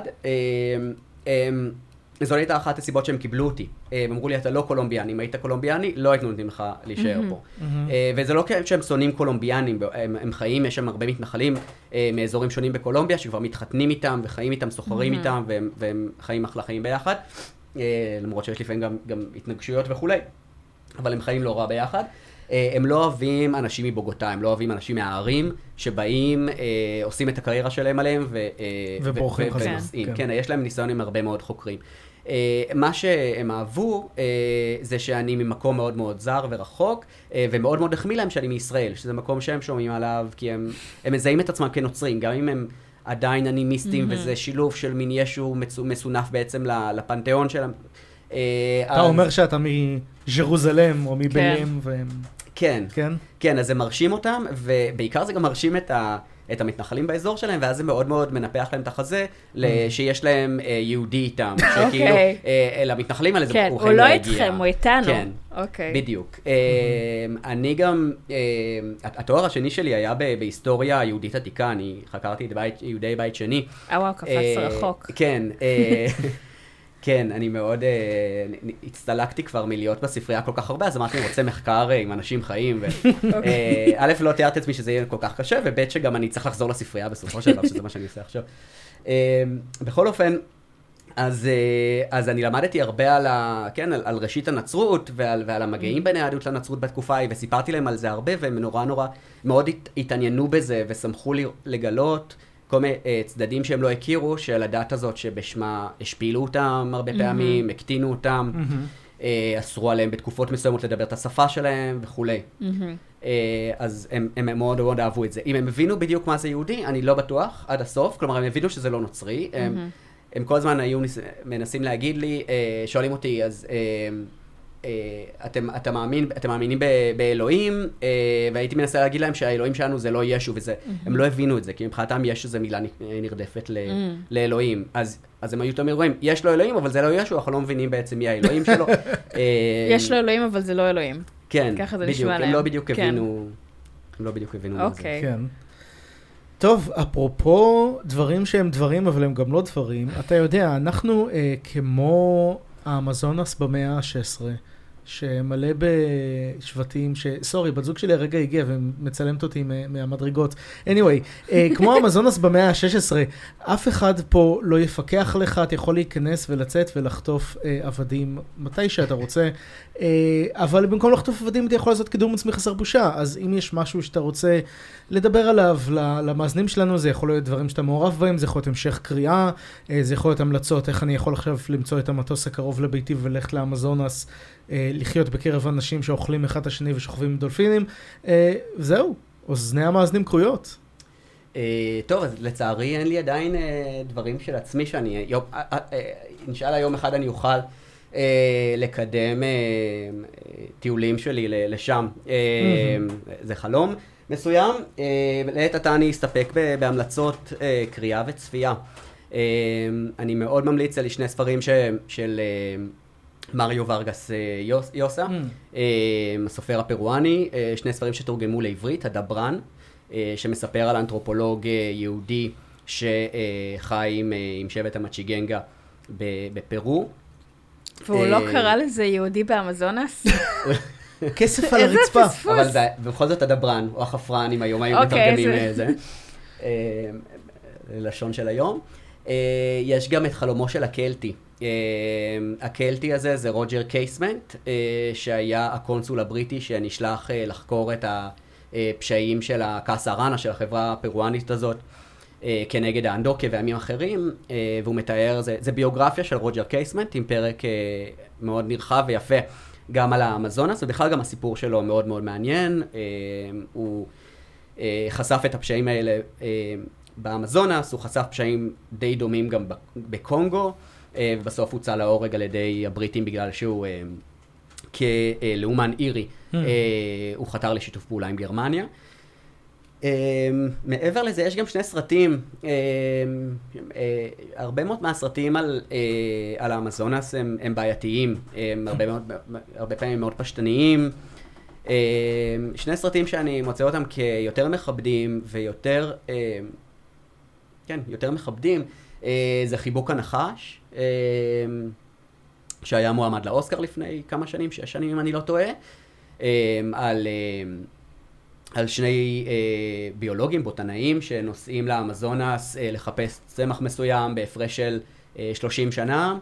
זו הייתה אחת הסיבות שהם קיבלו אותי. הם אמרו לי, אתה לא קולומביאני. אם היית קולומביאני, לא היינו נותנים לך להישאר פה. וזה לא שהם שונאים קולומביאנים, הם חיים, יש שם הרבה מתנחלים מאזורים שונים בקולומביה, שכבר מתחתנים איתם וחיים איתם, סוחרים איתם, והם חיים אחלה חיים ביחד. למרות שיש לפעמים גם התנגשויות וכו'. אבל הם חיים לא רע ביחד. הם לא אוהבים אנשים מבוגוטה, הם לא אוהבים אנשים מהערים, שבאים, עושים את הקריירה שלהם עליהם, ובורחים חזרה. כן, יש להם ניסיון עם הרבה מאוד חוקרים. מה שהם אהבו, זה שאני ממקום מאוד מאוד זר ורחוק, ומאוד מאוד החמיא להם שאני מישראל, שזה מקום שהם שומעים עליו, כי הם מזהים את עצמם כנוצרים, גם אם הם עדיין אנימיסטים, וזה שילוב של מין ישו מסונף בעצם לפנתיאון שלהם. אתה אומר שאתה מז'רוזלם או מבלם והם... כן, כן, אז זה מרשים אותם, ובעיקר זה גם מרשים את המתנחלים באזור שלהם, ואז זה מאוד מאוד מנפח להם את החזה, שיש להם יהודי איתם, שכאילו, למתנחלים האלה זה כן, הוא לא איתכם, הוא איתנו. כן, בדיוק. אני גם, התואר השני שלי היה בהיסטוריה יהודית עתיקה, אני חקרתי את יהודי בית שני. וואו, קפץ רחוק. כן, כן, אני מאוד הצטלקתי כבר מלהיות בספרייה כל כך הרבה, אז אמרתי, אני רוצה מחקר עם אנשים חיים, א', לא תיארתי עצמי שזה יהיה כל כך קשה, וב' שגם אני צריך לחזור לספרייה בסופו של דבר, שזה מה שאני עושה עכשיו. בכל אופן, אז אני למדתי הרבה על ראשית הנצרות ועל המגעים בין היהדות לנצרות בתקופה ההיא, וסיפרתי להם על זה הרבה, והם נורא מאוד התעניינו בזה, ושמחו לגלות כל מיני צדדים שהם לא הכירו, של הדת הזאת שבשמה השפילו אותם הרבה פעמים, הקטינו אותם, אסרו עליהם בתקופות מסוימות לדבר את השפה שלהם וכולי. אז הם מאוד מאוד אהבו את זה. אם הם הבינו בדיוק מה זה יהודי, אני לא בטוח עד הסוף, כלומר הם הבינו שזה לא נוצרי. הם כל הזמן היו מנסים להגיד לי, שואלים אותי, אז אתם מאמינים באלוהים, והייתי מנסה להגיד להם שהאלוהים שלנו זה לא ישו, הם לא הבינו את זה, כי מבחינתם ישו זה מילה נרדפת לאלוהים. אז הם היו תמיד רואים, יש לו אלוהים, אבל זה לא ישו, אנחנו לא מבינים בעצם מי האלוהים שלו. יש לו אלוהים, אבל זה לא אלוהים. כן, ככה זה בדיוק, נשמע להם. הם לא בדיוק הבינו מה זה. כן. טוב, אפרופו דברים שהם דברים, אבל הם גם לא דברים, אתה יודע, אנחנו כמו האמזונס במאה ה-16, שמלא בשבטים סורי, בת זוג שלי הרגע הגיע ומצלמת אותי מהמדרגות. anyway, כמו האמזונס במאה ה-16, אף אחד פה לא יפקח לך, אתה יכול להיכנס ולצאת ולחטוף עבדים מתי שאתה רוצה, אבל במקום לחטוף עבדים אתה יכול לעשות קידום עצמי חסר בושה, אז אם יש משהו שאתה רוצה לדבר עליו למאזנים שלנו, זה יכול להיות דברים שאתה מעורב בהם, זה יכול להיות המשך קריאה, זה יכול להיות המלצות, איך אני יכול עכשיו למצוא את המטוס הקרוב לביתי וללכת לאמזונס, לחיות בקרב אנשים שאוכלים אחד את השני ושוכבים עם דולפינים. זהו, אוזני המאזנים קרויות. טוב, אז לצערי אין לי עדיין דברים של עצמי שאני, אינשאללה יום אחד אני אוכל לקדם טיולים שלי לשם. זה חלום מסוים, ולעת עתה אני אסתפק בהמלצות קריאה וצפייה. אני מאוד ממליץ על שני ספרים של מריו ורגס יוסה, הסופר הפרואני, שני ספרים שתורגמו לעברית, הדברן, שמספר על אנתרופולוג יהודי שחי עם שבט המצ'יגנגה בפרו. והוא לא קרא לזה יהודי באמזונס? כסף על הרצפה. איזה פספוס. אבל זה, ובכל זאת הדברן, או החפרן, אם היום היו מתרגמים זה. לשון של היום. יש גם את חלומו של הקלטי. הקלטי הזה זה רוג'ר קייסמנט, שהיה הקונסול הבריטי שנשלח לחקור את הפשעים של הקאסה ראנה, של החברה הפרואנית הזאת, כנגד האנדוקה ועמים אחרים, והוא מתאר, זה ביוגרפיה של רוג'ר קייסמנט, עם פרק מאוד נרחב ויפה גם על האמזונס, ובכלל גם הסיפור שלו מאוד מאוד מעניין. הוא חשף את הפשעים האלה באמזונס, הוא חשף פשעים די דומים גם בקונגו, ובסוף הוצא להורג על ידי הבריטים בגלל שהוא כלאומן אירי, הוא חתר לשיתוף פעולה עם גרמניה. מעבר לזה יש גם שני סרטים, הרבה מאוד מהסרטים על האמזונס הם בעייתיים, הם הרבה פעמים מאוד פשטניים. שני סרטים שאני מוצא אותם כיותר מכבדים ויותר, כן, יותר מכבדים, זה חיבוק הנחש, שהיה מועמד לאוסקר לפני כמה שנים, 6 שנים אם אני לא טועה, על שני ביולוגים, בוטנאים, שנוסעים לאמזונס לחפש צמח מסוים בהפרש של 30 שנה,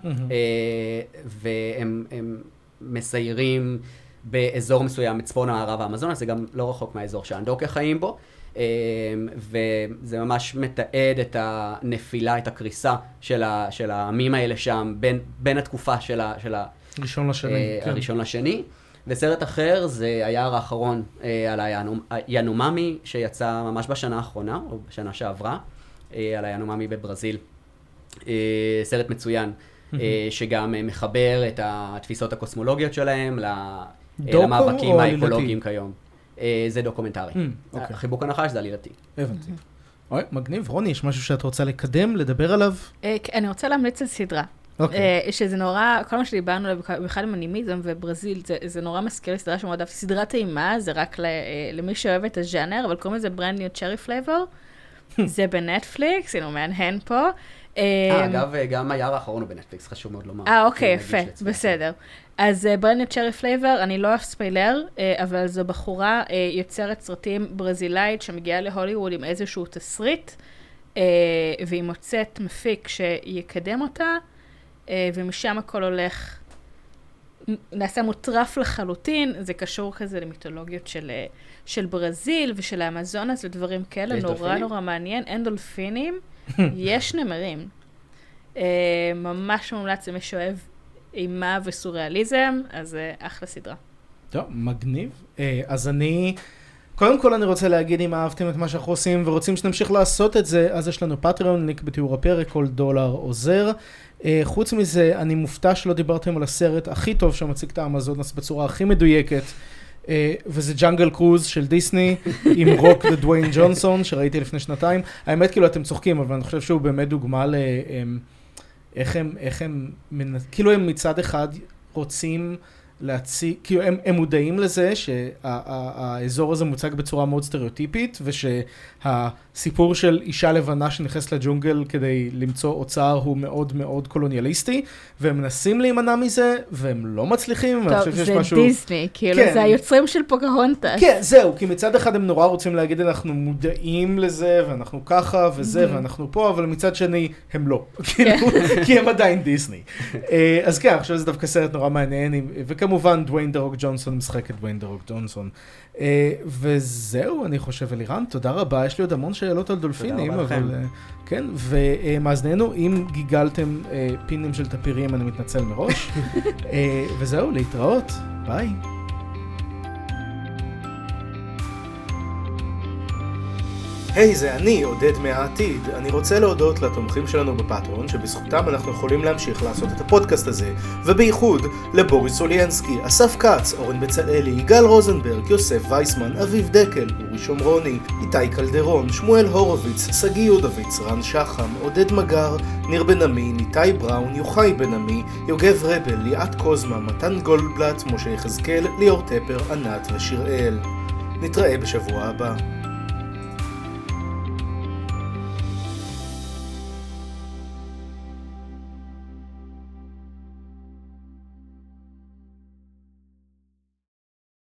והם מסיירים באזור מסוים מצפון מערב האמזונס, זה גם לא רחוק מהאזור שהאנדוקה חיים בו, וזה ממש מתעד את הנפילה, את הקריסה של העמים האלה שם, בין התקופה של הראשון לשני. וסרט אחר זה היער האחרון על היאנומאמי, שיצא ממש בשנה האחרונה, או בשנה שעברה, על היאנומאמי בברזיל. סרט מצוין, שגם מחבר את התפיסות הקוסמולוגיות שלהם למאבקים האקולוגיים כיום. זה דוקומנטרי. חיבוק הנחש זה עלילתי. הבנתי. מגניב. רוני, יש משהו שאת רוצה לקדם, לדבר עליו? אני רוצה להמליץ על סדרה. שזה נורא, כל מה שדיברנו בכלל עם אנימיזם וברזיל, זה נורא מזכיר לי סדרה שמאוד אהבתי. סדרת אימה, זה רק למי שאוהב את הז'אנר, אבל קוראים לזה Brand New Cherry Flavor. זה בנטפליקס, הנה הוא מהנהן פה. אגב, גם היער האחרון הוא בנטפליקס, חשוב מאוד לומר. אוקיי, יפה, בסדר. אז Brand New Cherry Flavor, אני לא אוהב ספיילר, אבל זו בחורה יוצרת סרטים ברזילאית שמגיעה להוליווד עם איזשהו תסריט, והיא מוצאת מפיק שיקדם אותה, ומשם הכל הולך, נעשה מוטרף לחלוטין, זה קשור כזה למיתולוגיות של ברזיל ושל האמזונס ודברים כאלה, נורא מעניין, אין דולפינים, יש נמרים. ממש מומלץ למי שאוהב אימה וסוריאליזם, אז אחלה סדרה. טוב, מגניב. אז קודם כל אני רוצה להגיד, אם אהבתם את מה שאנחנו עושים ורוצים שנמשיך לעשות את זה, אז יש לנו פטריון, לינק בתיאור הפרק, כל דולר עוזר. חוץ מזה, אני מופתע שלא דיברתם על הסרט הכי טוב שמציג את האמזונס בצורה הכי מדויקת, וזה ג'אנגל קרוז של דיסני, עם רוק ודוויין ג'ונסון, שראיתי לפני שנתיים. האמת, כאילו, אתם צוחקים, אבל אני חושב שהוא באמת דוגמה איך הם מצד אחד רוצים להציג, כאילו הם מודעים לזה שהאזור הזה מוצג בצורה מאוד סטריאוטיפית, ושהסיפור של אישה לבנה שנכנסת לג'ונגל כדי למצוא אוצר הוא מאוד מאוד קולוניאליסטי, והם מנסים להימנע מזה, והם לא מצליחים. טוב, זה משהו... דיסני, כאילו כן. זה היוצרים של פוקהונטס. כן, זהו, כי מצד אחד הם נורא רוצים להגיד, אנחנו מודעים לזה, ואנחנו ככה וזה, ואנחנו פה, אבל מצד שני הם לא, כי הם עדיין דיסני. אז כן, עכשיו זה דווקא סרט נורא מעניין, וכמובן דוויין דה רוק ג'ונסון משחק את דוויין דה רוק ג'ונסון. וזהו, אני חושב, אלירן, תודה רבה. יש לי עוד המון שאלות על דולפינים, אבל כן, ומאזננו, אם גיגלתם פינים של טפירים, אני מתנצל מראש. וזהו, להתראות. ביי. היי, זה אני, עודד מהעתיד. אני רוצה להודות לתומכים שלנו בפטריון, שבזכותם אנחנו יכולים להמשיך לעשות את הפודקאסט הזה, ובייחוד לבוריס סוליינסקי, אסף קץ, אורן בצלאלי, יגאל רוזנברג, יוסף וייסמן, אביב דקל, אורי שומרוני, איתי קלדרון, שמואל הורוביץ, סגי יודוביץ, רן שחם, עודד מגר, ניר בן עמי, ניתי בראון, יוחאי בן עמי, יוגב רבל, ליאת קוזמה, מתן גולדבלט, משה יחזקאל, ליאור טפר, ענת ושיראל. נתראה בשבוע הבא.